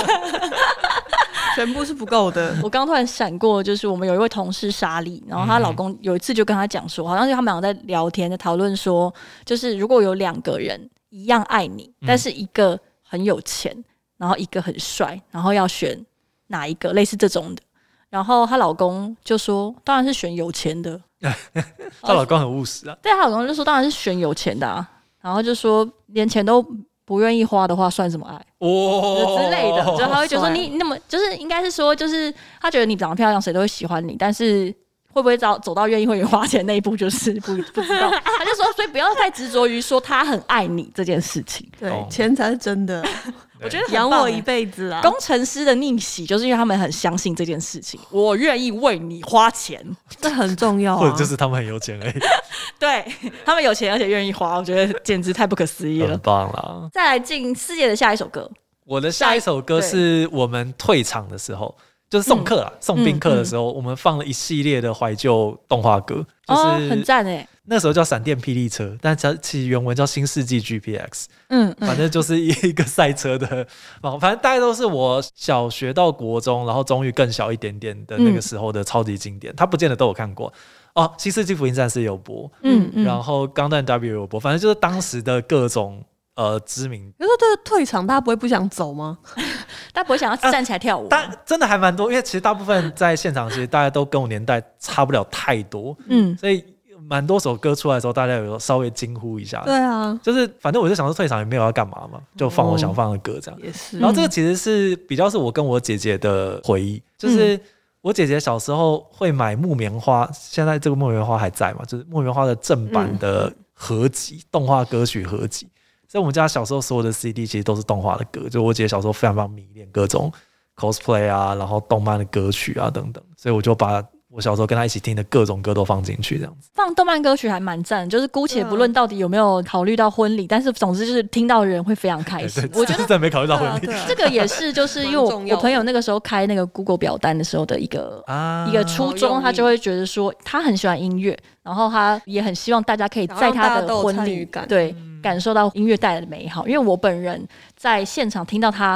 全部是不够的。 我刚突然闪过，就是我们有一位同事莎莉，然后她老公有一次就跟她讲说，好像是他们两个在聊天，在讨论说，就是如果有两个人一样爱你，但是一个很有钱，然后一个很帅，然后要选哪一个？类似这种的。然后她老公就说，当然是选有钱的。 她老公很务实啊。 对，她老公就说，当然是选有钱的啊。然后就说，连钱都不愿意花的话，算什么爱？哦，之类的，就他会觉得说你那么，就是应该是说，就是他觉得你长得漂亮，谁都会喜欢你，但是会不会走走到愿意为你花钱那一步，就是不不知道。他就说，所以不要太执着于说他很爱你这件事情。 对，哦、钱才是真的。 我觉得养我一辈子啊！ 工程师的逆袭就是因为他们很相信这件事情，我愿意为你花钱， 这很重要啊。 或者就是他们很有钱而已。 对，他们有钱而且愿意花，我觉得简直太不可思议了， 很棒啦！ 再来进世界的下一首歌， 我的下一首歌是我们退场的时候，就是送客啦，嗯、送宾客的时候，嗯嗯、我们放了一系列的怀旧动画歌，就是、 哦、很赞哎。 那时候叫闪电霹雳车，但其实原文叫新世纪 G P X， 嗯， 反正就是一个赛车的，反正大概都是我小学到国中，然后终于更小一点点的那个时候的超级经典，他、嗯、不见得都有看过哦。新世纪福音战士有播，嗯，嗯然后钢弹 W 有播，反正就是当时的各种呃知名。 可是这个退场，大家不会不想走吗？ 大家不会想要站起来跳舞、啊？ 但真的还蛮多，因为其实大部分在现场，其实大家都跟我年代差不了太多，嗯，所以。蛮多首歌出来的时候，大家有稍微惊呼一下。 对啊， 就是反正我就想说退场也没有要干嘛嘛，就放我想放的歌这样。 哦、也是。 然后这个其实是比较是我跟我姐姐的回忆，就是我姐姐小时候会买木棉花，现在这个木棉花还在嘛？就是木棉花的正版的合集，嗯、动画歌曲合集。所以我们家小时候所有的 C D 其实都是动画的歌，就我姐小时候非常非常迷恋各种 cosplay 啊，然后动漫的歌曲啊等等，所以我就把。我小时候跟他一起听的各种歌都放进去，这样子放动漫歌曲还蛮赞，就是姑且不论到底有没有考虑到婚礼，但是总之就是听到的人会非常开心。 我觉得真的没考虑到婚礼， 这个也是就是因为 我, 我朋友那个时候开那个 Google 表单的时候的一个、啊、一个初衷，他就会觉得说他很喜欢音乐，然后他也很希望大家可以在他的婚礼对、嗯、感受到音乐带来的美好。因为我本人在现场听到他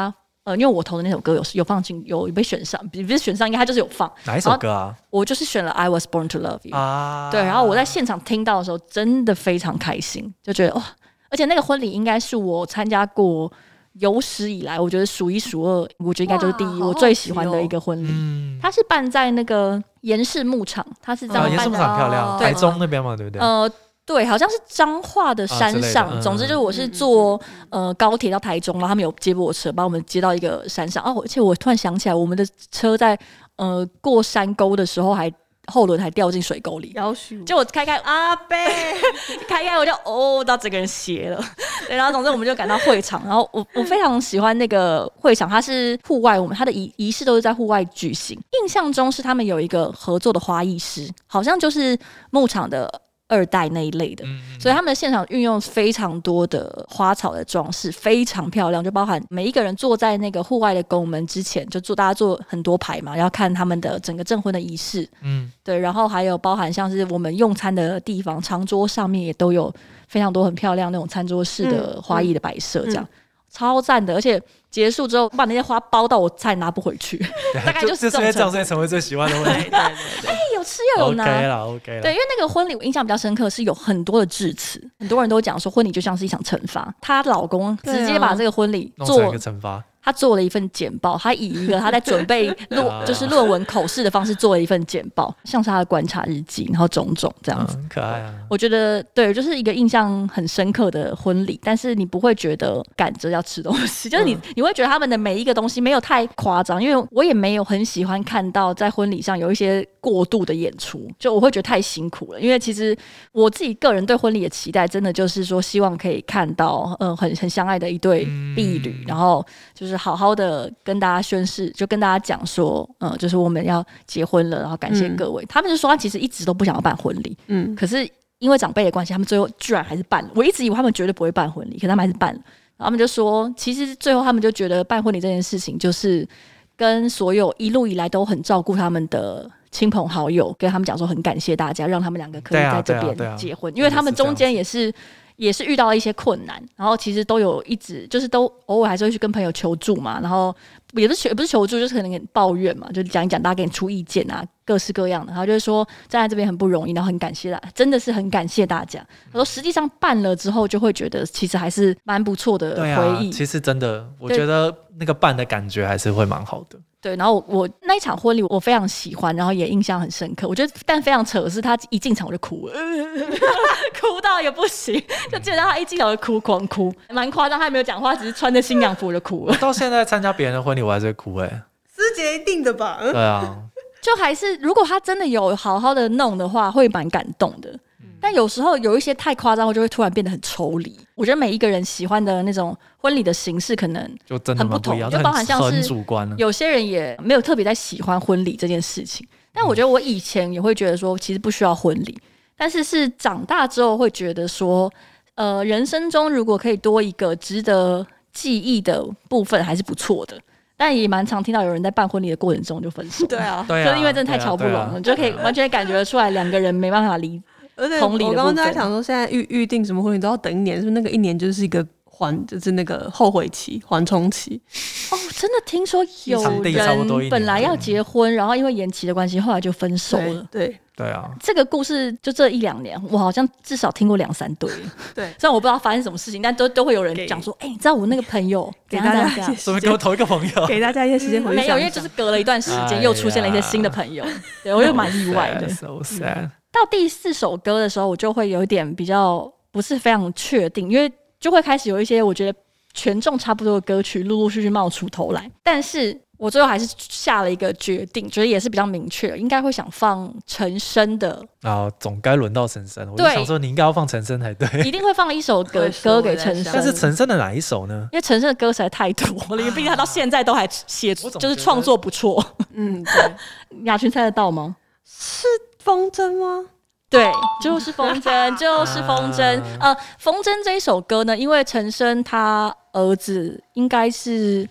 呃，因为我投的那首歌有有放进有被选上，不是选上，应该它就是有放。 哪一首歌啊？ 我就是选了 I Was Born to Love You 啊， 对，然后我在现场听到的时候，真的非常开心，就觉得哇！而且那个婚礼应该是我参加过有史以来，我觉得数一数二，我觉得应该就是第一，我最喜欢的一个婚礼。嗯，它是办在那个盐市牧场，它是这样办的。 盐市牧场漂亮，台中那边嘛，对不对？呃。 对，好像是彰化的山上。啊嗯、总之就是我是坐、嗯、呃高铁到台中，然后他们有接驳车把我们接到一个山上。哦，而且我突然想起来，我们的车在呃过山沟的时候还后轮还掉进水沟里，就我开开阿贝开开我就哦到整个人斜了。对，然后总之我们就赶到会场，然后我我非常喜欢那个会场，它是户外，我们它的仪仪式都是在户外举行。印象中是他们有一个合作的花艺师，好像就是牧场的。二代那一类的，嗯、所以他们的现场运用非常多的花草的装饰，非常漂亮。就包含每一个人坐在那个户外的拱门之前，就坐大家坐很多排嘛，要看他们的整个证婚的仪式。嗯，对，然后还有包含像是我们用餐的地方，长桌上面也都有非常多很漂亮那种餐桌式的花艺的摆设，这样。嗯嗯超赞的，而且结束之后，我把那些花包到我菜拿不回去，大概就是这种程度。 这样成为最喜欢的婚礼。 对对对，哎，有吃又有拿 ，OK 啦 OK 啦。 对，因为那个婚礼我印象比较深刻，是有很多的致辞，很多人都讲说婚礼就像是一场惩罚，她老公直接把这个婚礼做弄成一个惩罚。 他做了一份简报，他以一个他在准备论就是论文口试的方式做了一份简报，像是他的观察日记，然后种种这样子， 很可爱啊。 我觉得对，就是一个印象很深刻的婚礼，但是你不会觉得赶着要吃东西，就是你你会觉得他们的每一个东西没有太夸张，因为我也没有很喜欢看到在婚礼上有一些过度的演出，就我会觉得太辛苦了。因为其实我自己个人对婚礼的期待，真的就是说希望可以看到嗯很很相爱的一对婢女，嗯、然后就是。好好的跟大家宣誓，就跟大家讲说，嗯，就是我们要结婚了，然后感谢各位。嗯、他们就说他其实一直都不想要办婚礼，嗯，可是因为长辈的关系，他们最后居然还是办了。我一直以为他们绝对不会办婚礼，可他们还是办了。然后他们就说，其实最后他们就觉得办婚礼这件事情，就是跟所有一路以来都很照顾他们的亲朋好友，跟他们讲说很感谢大家，让他们两个可以在这边结婚，因为他们中间也是。也是遇到了一些困难，然后其实都有一直就是都偶尔还是会去跟朋友求助嘛，然后也不是也不是求助，就是可能抱怨嘛，就讲一讲，大家给你出意见啊，各式各样的。然后就是说站在这边很不容易，然后很感谢大家，真的是很感谢大家。他说实际上办了之后，就会觉得其实还是蛮不错的回忆。 对啊，其实真的，我觉得那个办的感觉还是会蛮好的。 对，然后我我那一场婚礼我非常喜欢，然后也印象很深刻。我觉得但非常扯的是，他一进场我就哭了，哭到也不行，就记得他一进场就哭，狂哭，蛮夸张。他也没有讲话，只是穿着新娘服就哭了。 到现在参加别人的婚礼，我还是会哭哎、欸。 师姐一定的吧？ 对啊， 就还是如果他真的有好好的弄的话，会蛮感动的。但有时候有一些太夸张，我就会突然变得很抽离。我觉得每一个人喜欢的那种婚礼的形式可能就真的很不同， 就就包含像是主观有些人也没有特别在喜欢婚礼这件事情。但我觉得我以前也会觉得说，其实不需要婚礼，但是是长大之后会觉得说，呃，人生中如果可以多一个值得记忆的部分，还是不错的。但也蛮常听到有人在办婚礼的过程中就分手， 对啊， 就是因为真的太瞧不拢了，啊啊、就可以完全感觉得出来两个人没办法离。 而且我刚刚在想说，现在预预定什么婚礼都要等一年，是不是那个一年就是一个缓，就是那个后悔期、缓冲期？ 哦，真的听说有人本来要结婚，然后因为延期的关系，后来就分手了。 对。对对啊， 这个故事就这一两年，我好像至少听过两三对。 对， 虽然我不知道发生什么事情，但都都会有人讲说，哎、欸，你知道我那个朋友给大家一些时间，跟我同一个朋友， 给大家一些时间回想。 没有，因为就是隔了一段时间，又出现了一些新的朋友，对我又蛮意外的。 So sad、嗯。 到第四首歌的时候，我就会有一点比较不是非常确定，因为就会开始有一些我觉得权重差不多的歌曲陆陆续续冒出头来，但是。我最后还是下了一个决定，觉得也是比较明确，应该会想放陈升的。 啊，总该轮到陈升，我就想说你应该要放陈升才对， 一定会放一首歌歌给陈升。 但是陈升的哪一首呢？ 因为陈升的歌实在太多了，因为毕竟他到现在都还写，就是创作不错。嗯，对。雅群猜得到吗？ 是风筝吗？ 对，就是风筝，就是风筝。啊、呃，风筝这一首歌呢，因为陈升他儿子应该是。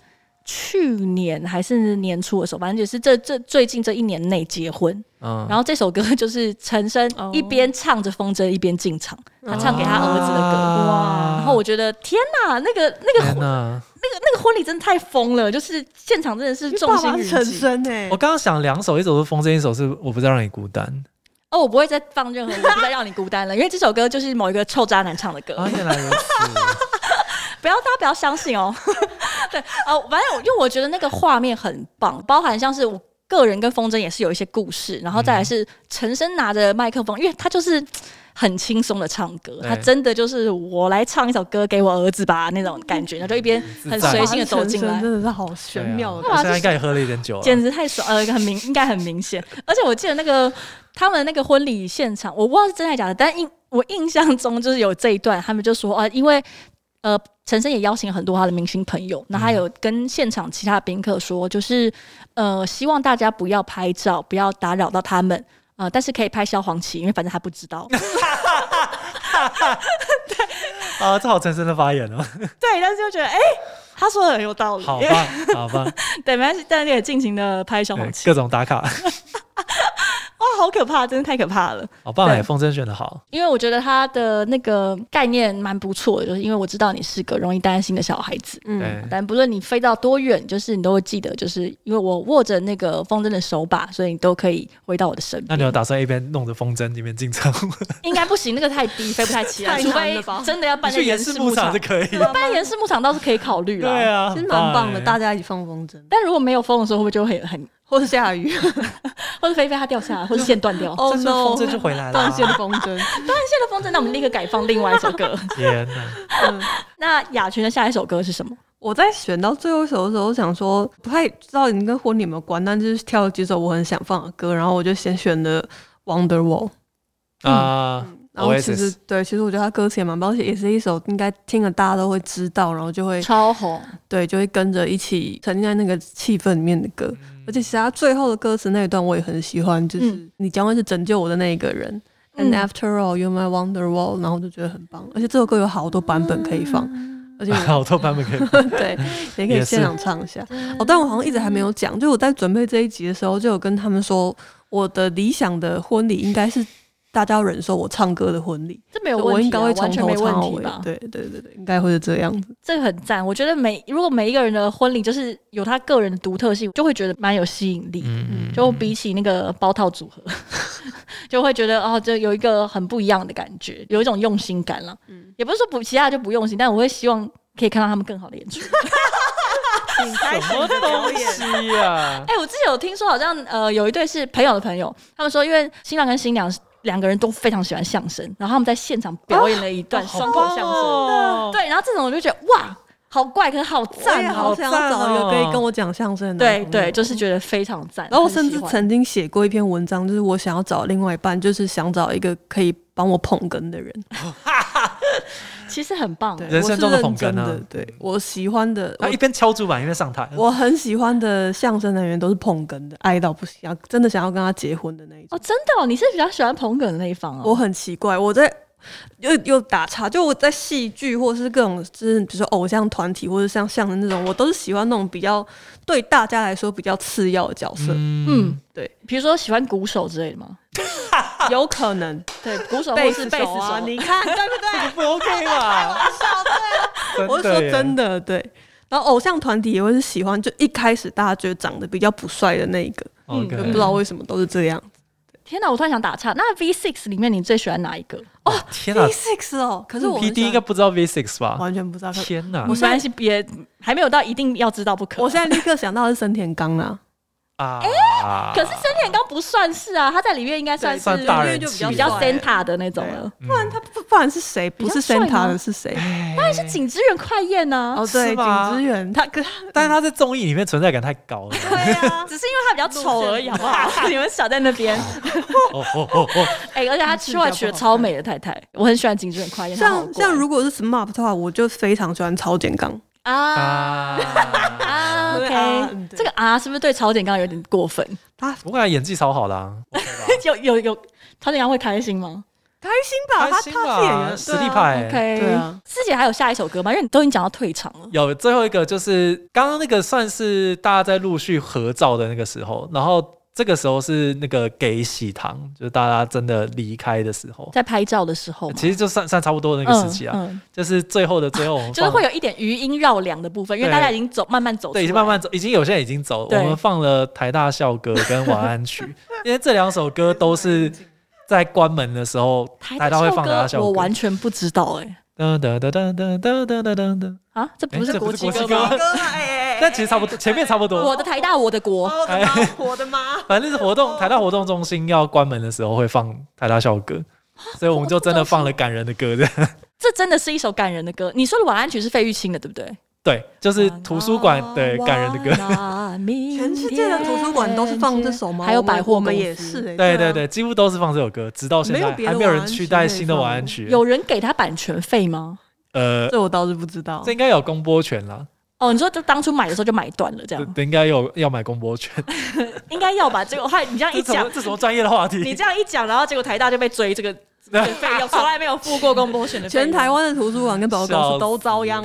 去年还是年初的时候，反正就是这这最近这一年内结婚。嗯，然后这首歌就是陈升一边唱着风筝一边进场，他唱给他儿子的歌。哇！然后我觉得天哪，那个那个那个那个婚礼真的太疯了，就是现场真的是众星云集。 陈升哎， 我刚刚想两首，一首是风筝，一首是我不再让你孤单。 哦，我不会再放任何我不再让你孤单了，因为这首歌就是某一个臭渣男唱的歌。 啊，原来如此。 不要，大家不要相信哦。对，呃，反正因为我觉得那个画面很棒，包含像是我个人跟风筝也是有一些故事，然后再来是陈升拿着麦克风，因为他就是很轻松的唱歌，他真的就是我来唱一首歌给我儿子吧那种感觉，然后就一边很随性的走进来， 真的是好玄妙的。 我现在应该也喝了一点酒了， 简直太爽，呃，很明，应该很明显。而且我记得那个他们那个婚礼现场，我不知道是真的假的，但印我印象中就是有这一段，他们就说啊，因为呃。陈升也邀请很多他的明星朋友，那他有跟现场其他的宾客说，就是呃，希望大家不要拍照，不要打扰到他们，呃，但是可以拍萧煌奇，因为反正他不知道。对啊，这好陈升的发言哦。 对，但是就觉得哎、欸，他说的很有道理， 好棒，好棒。 对，没关系，但是也尽情的拍萧煌奇， 各种打卡。 哇，好可怕，真的太可怕了。 好棒哎，风筝选的好。 因为我觉得他的那个概念蛮不错的，就是因为我知道你是个容易担心的小孩子，嗯，但不论你飞到多远，就是你都会记得，就是因为我握着那个风筝的手把，所以你都可以回到我的身边。 那你有打算一边弄着风筝一边进场吗？ 应该不行，那个太低，飞不太起来，除非真的要办在盐市牧场是可以， 办盐市牧场倒是可以考虑啦。 对啊， 其实蛮棒的，大家一起放风筝。 但如果没有风的时候，会不会就会很？ 或是下雨， 或是飞飞它掉下来，或是线断掉， 哦 no， 风筝就回来了。 断线的风筝，断线的风筝，那我们立刻改放另外一首歌。 天哪！ 嗯，那雅群的下一首歌是什么？ 我在选到最后一首的时候，想说不太知道你跟婚礼有没有关，但就是挑了几首我很想放的歌，然后我就先选了 Wonderwall 啊。嗯然后其实对，其实我觉得他歌词也蛮棒，而且也是一首应该听了大家都会知道，然后就会超红， 对，就会跟着一起沉浸在那个气氛里面的歌。嗯、而且其实他最后的歌词那一段我也很喜欢，就是、嗯、你将会是拯救我的那一个人、嗯、，And after all, you're my Wonderwall， 然后就觉得很棒。而且这首歌有好多版本可以放，嗯、而且好多版本可以放， 对，也可以现场唱一下。哦，但我好像一直还没有讲，就我在准备这一集的时候，就有跟他们说，我的理想的婚礼应该是。大家要忍受我唱歌的婚礼， 这没有问题、啊， 我应该会从头唱到尾吧？ 对对对对，应该会是这样子。 这个很赞，我觉得每如果每一个人的婚礼就是有他个人的独特性，就会觉得蛮有吸引力。嗯，就比起那个包套组合，就会觉得哦，就有一个很不一样的感觉，有一种用心感了。嗯，也不是说不其他就不用心，但我会希望可以看到他们更好的演出。 什么东西啊？ 哎、欸，我之前有听说，好像呃有一对是朋友的朋友，他们说因为新郎跟新娘两个人都非常喜欢相声，然后他们在现场表演了一段双口相声、哦，对，然后这种我就觉得哇，好怪，可是好赞， 好想要找一个可以跟我讲相声的。 对对，就是觉得非常赞。 然后我甚至曾经写过一篇文章，就是我想要找另外一半，就是想找一个可以帮我捧哏的人。 其实很棒， 人生中的捧哏啊！ 对，我喜欢的， 他一边敲竹板一边上台。 我很喜欢的相声人员都是捧哏的，爱到不行，真的想要跟他结婚的那一种。 哦，真的哦，你是比较喜欢捧哏的那一方哦。 我很奇怪，我在又又打岔，就我在戏剧或者是各种，就是比如说偶像团体或者像相声那种，我都是喜欢那种比较对大家来说比较次要的角色。嗯，嗯对， 比如说喜欢鼓手之类的吗？ 有可能， 对，鼓手或是贝斯手啊， 你看对不对？ 不 OK 吧？ 对，我是说真的，对。然后偶像团体也会是喜欢，就一开始大家觉得长得比较不帅的那一个，嗯，就不知道为什么都是这样。 天哪，我突然想打岔，那 V 六 里面你最喜欢哪一个？ 哦，天哪 ，V 六 哦，可是我 P D 应该不知道 V 六 吧？ 完全不知道。 天哪， 我现在是别还没有到一定要知道不可。 我现在立刻想到的是森田刚啊。 啊、欸，可是森田刚不算是啊，他在里面应该算是大人就比较比较 Senta 的那种了。 嗯、不然他不不然是谁？不是 Senta 的是谁？ 当然是景之源快彦呢。 哦，对，景之源，他跟但是他在综艺里面存在感太高了。 对啊，只是因为他比较丑而已，好不好？你们少在那边。哦哦哦哦！哎，而且他出来娶了超美的太太，我很喜欢景之源快彦。 像像如果是 S M A P 的话，我就非常喜欢曹简刚。 啊啊 ，OK， 这个啊是不是对曹简刚有点过分？ 他我感觉演技超好的啊， 有有有，曹简刚会开心吗？ 开心吧， 开心吧， 他他是演员， 实力派、欸。 OK， 对啊。 师姐还有下一首歌吗？因为你都已经讲到退场了。 有最后一个就是刚刚那个算是大家在陆续合照的那个时候，然后这个时候是那个给喜糖，就是大家真的离开的时候， 在拍照的时候嘛， 其实就算算差不多的那个时期啊，嗯嗯、就是最后的最后我们， 就是会有一点余音绕梁的部分，因为大家已经走慢慢走出来， 对，已经慢慢走，已经有些人已经走，我们放了台大校歌跟晚安曲，因为这两首歌都是在关门的时候台大会放台大校歌， 我完全不知道哎、欸。噔噔噔噔噔噔噔噔噔啊！这不是国旗歌吗？ 但其实差不多，前面差不多。 我的台大，我的国， 我的妈，我的妈！ 反正是活动台大活动中心要关门的时候会放台大校歌，所以我们就真的放了感人的歌的。 这真的是一首感人的歌。你说的晚安曲是费玉清的，对不对？ 对，就是图书馆对感人的歌。 全世界的图书馆都是放这首吗？ 还有百货我们也是、欸， 对对对，几乎都是放这首歌，直到现在还没有人取代新的晚安曲。 有人给他版权费吗？ 呃， 这我倒是不知道， 这应该有公播权啦。 哦，你说就当初买的时候就买断了这样？ 对，应该有要买公播权， 应该要吧？结果你这样一讲， 这什么专业的话题？ 你这样一讲，然后结果台大就被追这个费用，从来没有付过公播权的费用。 全台湾的图书馆跟百货公司都遭殃。 对，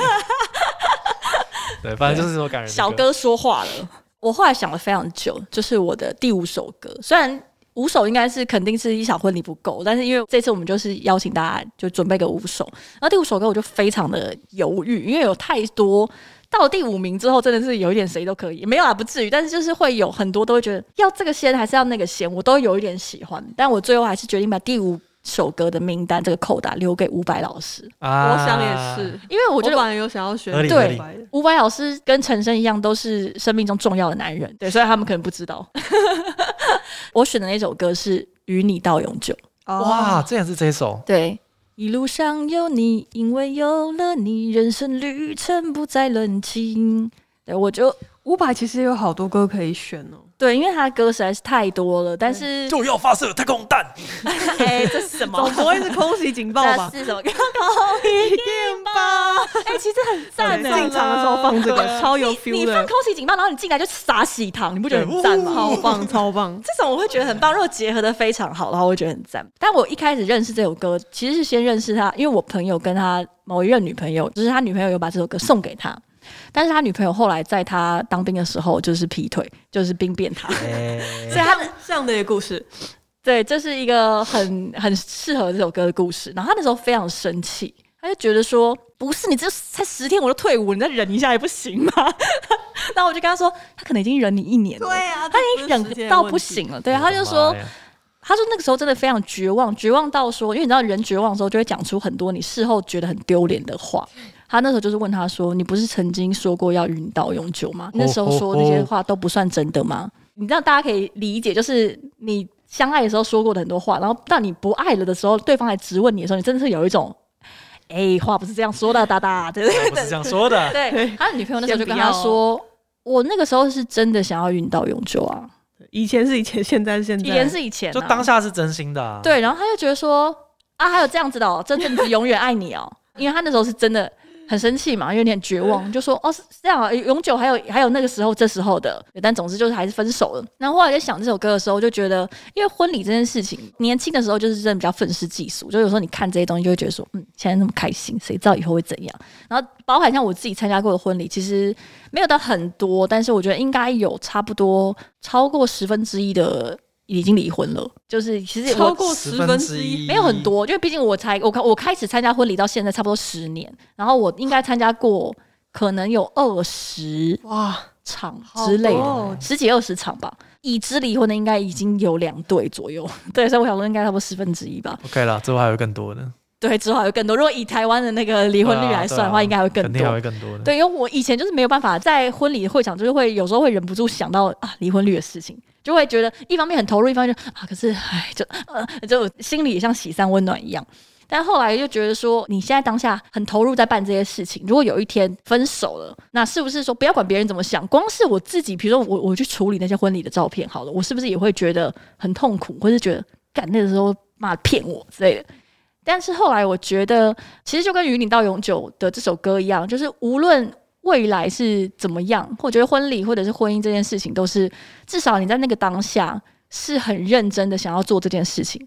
对，反正就是说感人。 小哥说话了，我后来想了非常久，就是我的第五首歌，虽然。五首应该是肯定是一场婚礼不够，但是因为这次我们就是邀请大家就准备个五首，然后第五首歌我就非常的犹豫，因为有太多到了第五名之后真的是有一点谁都可以，没有啦不至于，但是就是会有很多都会觉得要这个先还是要那个先，我都有一点喜欢，但我最后还是决定把第五首歌的名单这个扣打留给伍佰老师、 啊、我想也是， 因为我觉得我本来有想要选对伍佰老师跟陈升一样都是生命中重要的男人，对，所以他们可能不知道我选的那首歌是《与你到永久》。 哇，这也是这首。 对，一路上有你，因为有了你，人生旅程不再冷清。对，我就伍佰其实有好多歌可以选哦。 对，因为他的歌实在是太多了，但是就要发射太空弹。 哎，这是什么？ 总不会是空袭警报吧？ 这是什么？空袭警报！哎，其实很赞的。 进场的时候放这个，超有 feel 的。 你放空袭警报，然后你进来就撒喜糖，你不觉得很赞吗？ 超棒，超棒！ 这种我会觉得很棒，如果结合的非常好的话，我会觉得很赞。但我一开始认识这首歌，其实是先认识他，因为我朋友跟他某一任女朋友，就是他女朋友有把这首歌送给他。但是他女朋友后来在他当兵的时候就是劈腿，就是兵变他，欸、所以他的这样的一个故事， 对，这是一个很很适合这首歌的故事。然后他那时候非常生气，他就觉得说，不是你这才十天我就退伍，你再忍一下也不行吗？然后我就跟他说，他可能已经忍你一年了， 对啊， 他已经忍到不行了。对，他就说。他说那个时候真的非常绝望，绝望到说，因为你知道人绝望的时候就会讲出很多你事后觉得很丢脸的话。他那时候就是问他说：“你不是曾经说过要与你到永久吗？那时候说那些话都不算真的吗？”你知道大家可以理解，就是你相爱的时候说过的很多话，然后到你不爱了的时候，对方来质问你的时候，你真的是有一种。哎、欸，话不是这样说的，哒哒，对对对， 不是这样说的。 对，他的女朋友那时候就跟他说：“我那个时候是真的想要与你到永久啊。” 以前是以前，现在是现在， 以前是以前、啊， 就当下是真心的、啊。 对，然后他就觉得说啊，还有这样子的哦，这阵子永远爱你哦，因为他那时候是真的很生气嘛，有点绝望，就说哦是这样啊，永久还有还有那个时候这时候的，但总之就是还是分手了。然后后来在想这首歌的时候，就觉得因为婚礼这件事情，年轻的时候就是真的比较愤世嫉俗，就有时候你看这些东西就会觉得说，嗯，现在那么开心，谁知道以后会怎样？然后包含像我自己参加过的婚礼，其实没有到很多，但是我觉得应该有差不多超过十分之一的已经离婚了，就是其实超过十分之一， 没有很多，因为毕竟我才我我开始参加婚礼到现在差不多十年，然后我应该参加过可能有二十哇场之类的，哦、十几二十场吧。已知离婚的应该已经有两对左右，对，所以我想说应该差不多十分之一吧。 OK 啦，之后还有更多的。 对，之后还有更多。如果以台湾的那个离婚率来算的话，啊啊、应该还会更多， 肯定还会更多的。 对，因为我以前就是没有办法在婚礼会场，就是会有时候会忍不住想到啊离婚率的事情，就会觉得一方面很投入，一方面就啊，可是哎，就呃，就心里也像喜三温暖一样。但后来就觉得说，你现在当下很投入在办这些事情，如果有一天分手了，那是不是说不要管别人怎么想，光是我自己，比如说我我去处理那些婚礼的照片，好了，我是不是也会觉得很痛苦，或是觉得干那个时候妈骗我之类的？但是后来我觉得，其实就跟《与你到永久》的这首歌一样，就是无论未来是怎么样，我觉得婚礼或者是婚姻这件事情，都是至少你在那个当下是很认真的想要做这件事情。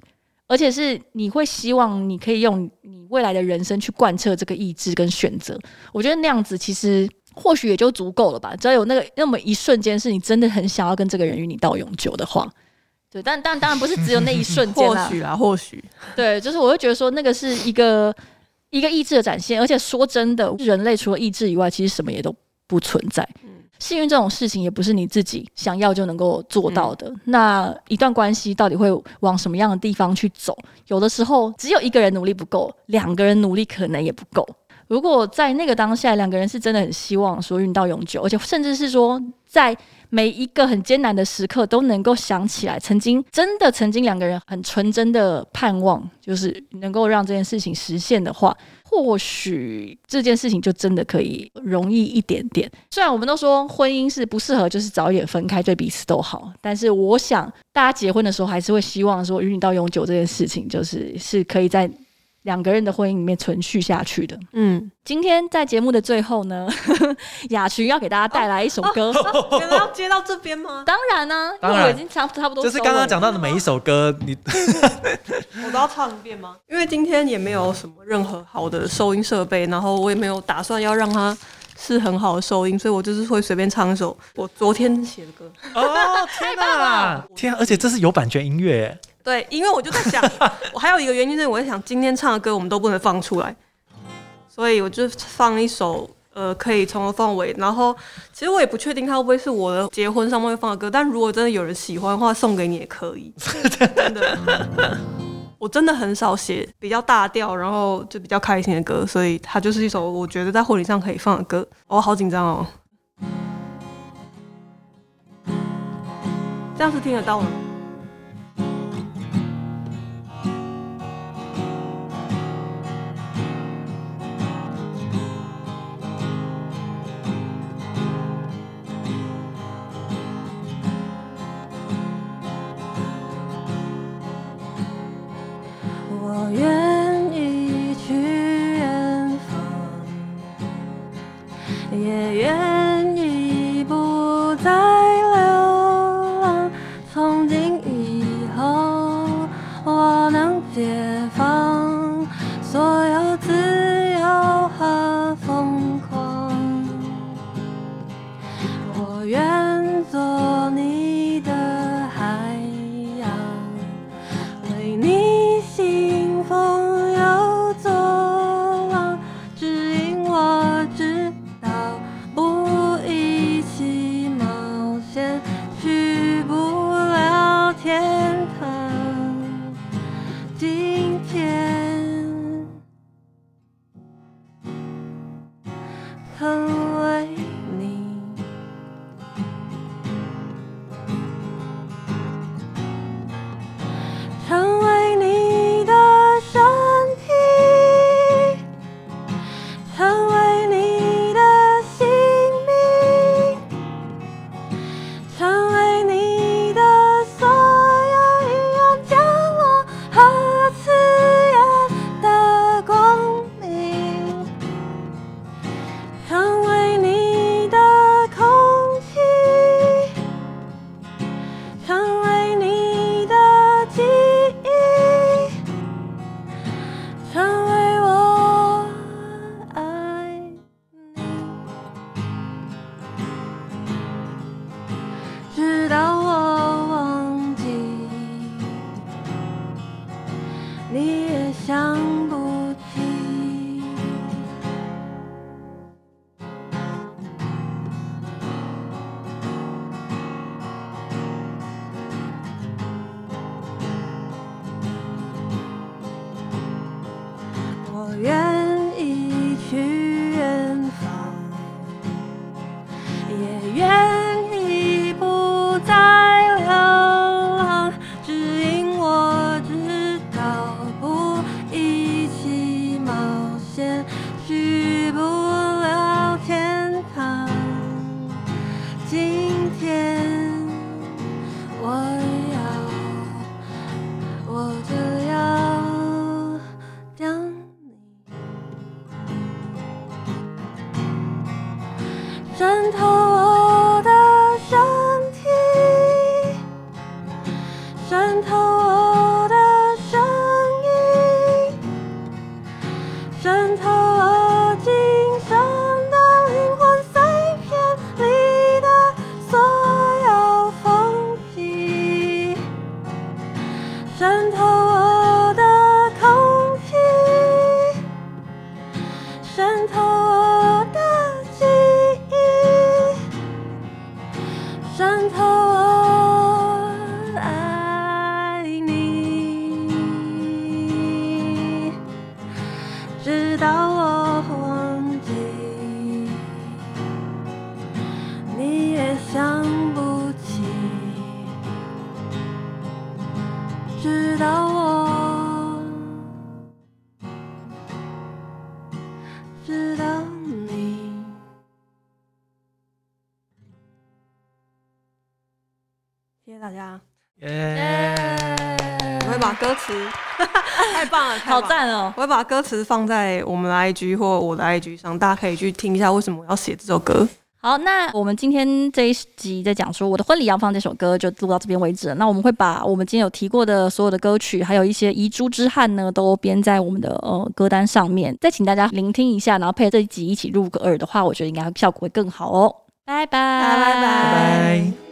而且是你会希望你可以用你未来的人生去贯彻这个意志跟选择。我觉得那样子其实或许也就足够了吧，只要有那个那么一瞬间是你真的很想要跟这个人与你到永久的话。对，但但当然不是只有那一瞬间啦， 或许啦，或许。 对，就是我会觉得说那个是一个一个意志的展现，而且说真的，人类除了意志以外，其实什么也都不存在。嗯，幸运这种事情也不是你自己想要就能够做到的。嗯、那一段关系到底会往什么样的地方去走？有的时候只有一个人努力不够，两个人努力可能也不够。如果在那个当下，两个人是真的很希望说运到永久，而且甚至是说在每一个很艰难的时刻都能够想起来，曾经真的曾经两个人很纯真的盼望，就是能够让这件事情实现的话，或许这件事情就真的可以容易一点点。虽然我们都说婚姻是不适合就是早一点分开对彼此都好，但是我想大家结婚的时候还是会希望说与你到永久这件事情就是是可以在两个人的婚姻里面存续下去的。嗯，今天在节目的最后呢，雅群要给大家带来一首歌。 哦哦、原来要接到这边吗？ 当然呢、啊，因为我已经差差不多就是刚刚讲到的每一首歌，你我都要唱一遍吗？因为今天也没有什么任何好的收音设备，然后我也没有打算要让它是很好的收音，所以我就是会随便唱一首我昨天写的歌。 哦，天哪，天啊！而且这是有版权音乐耶。 对，因为我就在想，我还有一个原因是我在想，今天唱的歌我们都不能放出来，所以我就放一首呃可以从头放尾。然后其实我也不确定它会不会是我的结婚上面会放的歌，但如果真的有人喜欢的话，送给你也可以。真的，我真的很少写比较大调，然后就比较开心的歌，所以它就是一首我觉得在婚礼上可以放的歌。我、哦、好紧张哦，这样是听得到吗？ 我愿意去远方，也愿意不再流浪。从今以后，我能解放所有自由和疯狂。我愿做你的海洋，为你兴风又作浪，指引我直到不一起冒险，去不了天堂。今天成为你，成为你的身体，成为你的姓名，成为你的所有阴暗角落和刺眼的光明，成为你的空气，成为你的记忆，成为我爱你，直到我忘记，你也想不起。我愿意去远方，也愿意不再流浪，指引我直到不一起冒险，去不了天堂。今天我要，我就要将渗透我的身体，渗透我的身谢谢大家。 耶！ 我会把歌词，太棒了，太棒了好赞哦！ 我会把歌词放在我们的 I G 或我的 I G 上，大家可以去听一下为什么我要写这首歌。 好，那我们今天这一集在讲说我的婚礼要放这首歌就录到这边为止了。那我们会把我们今天有提过的所有的歌曲，还有一些遗珠之憾呢，都编在我们的呃歌单上面，再请大家聆听一下，然后配这一集一起入个耳的话，我觉得应该效果会更好哦。拜拜， 拜拜拜拜。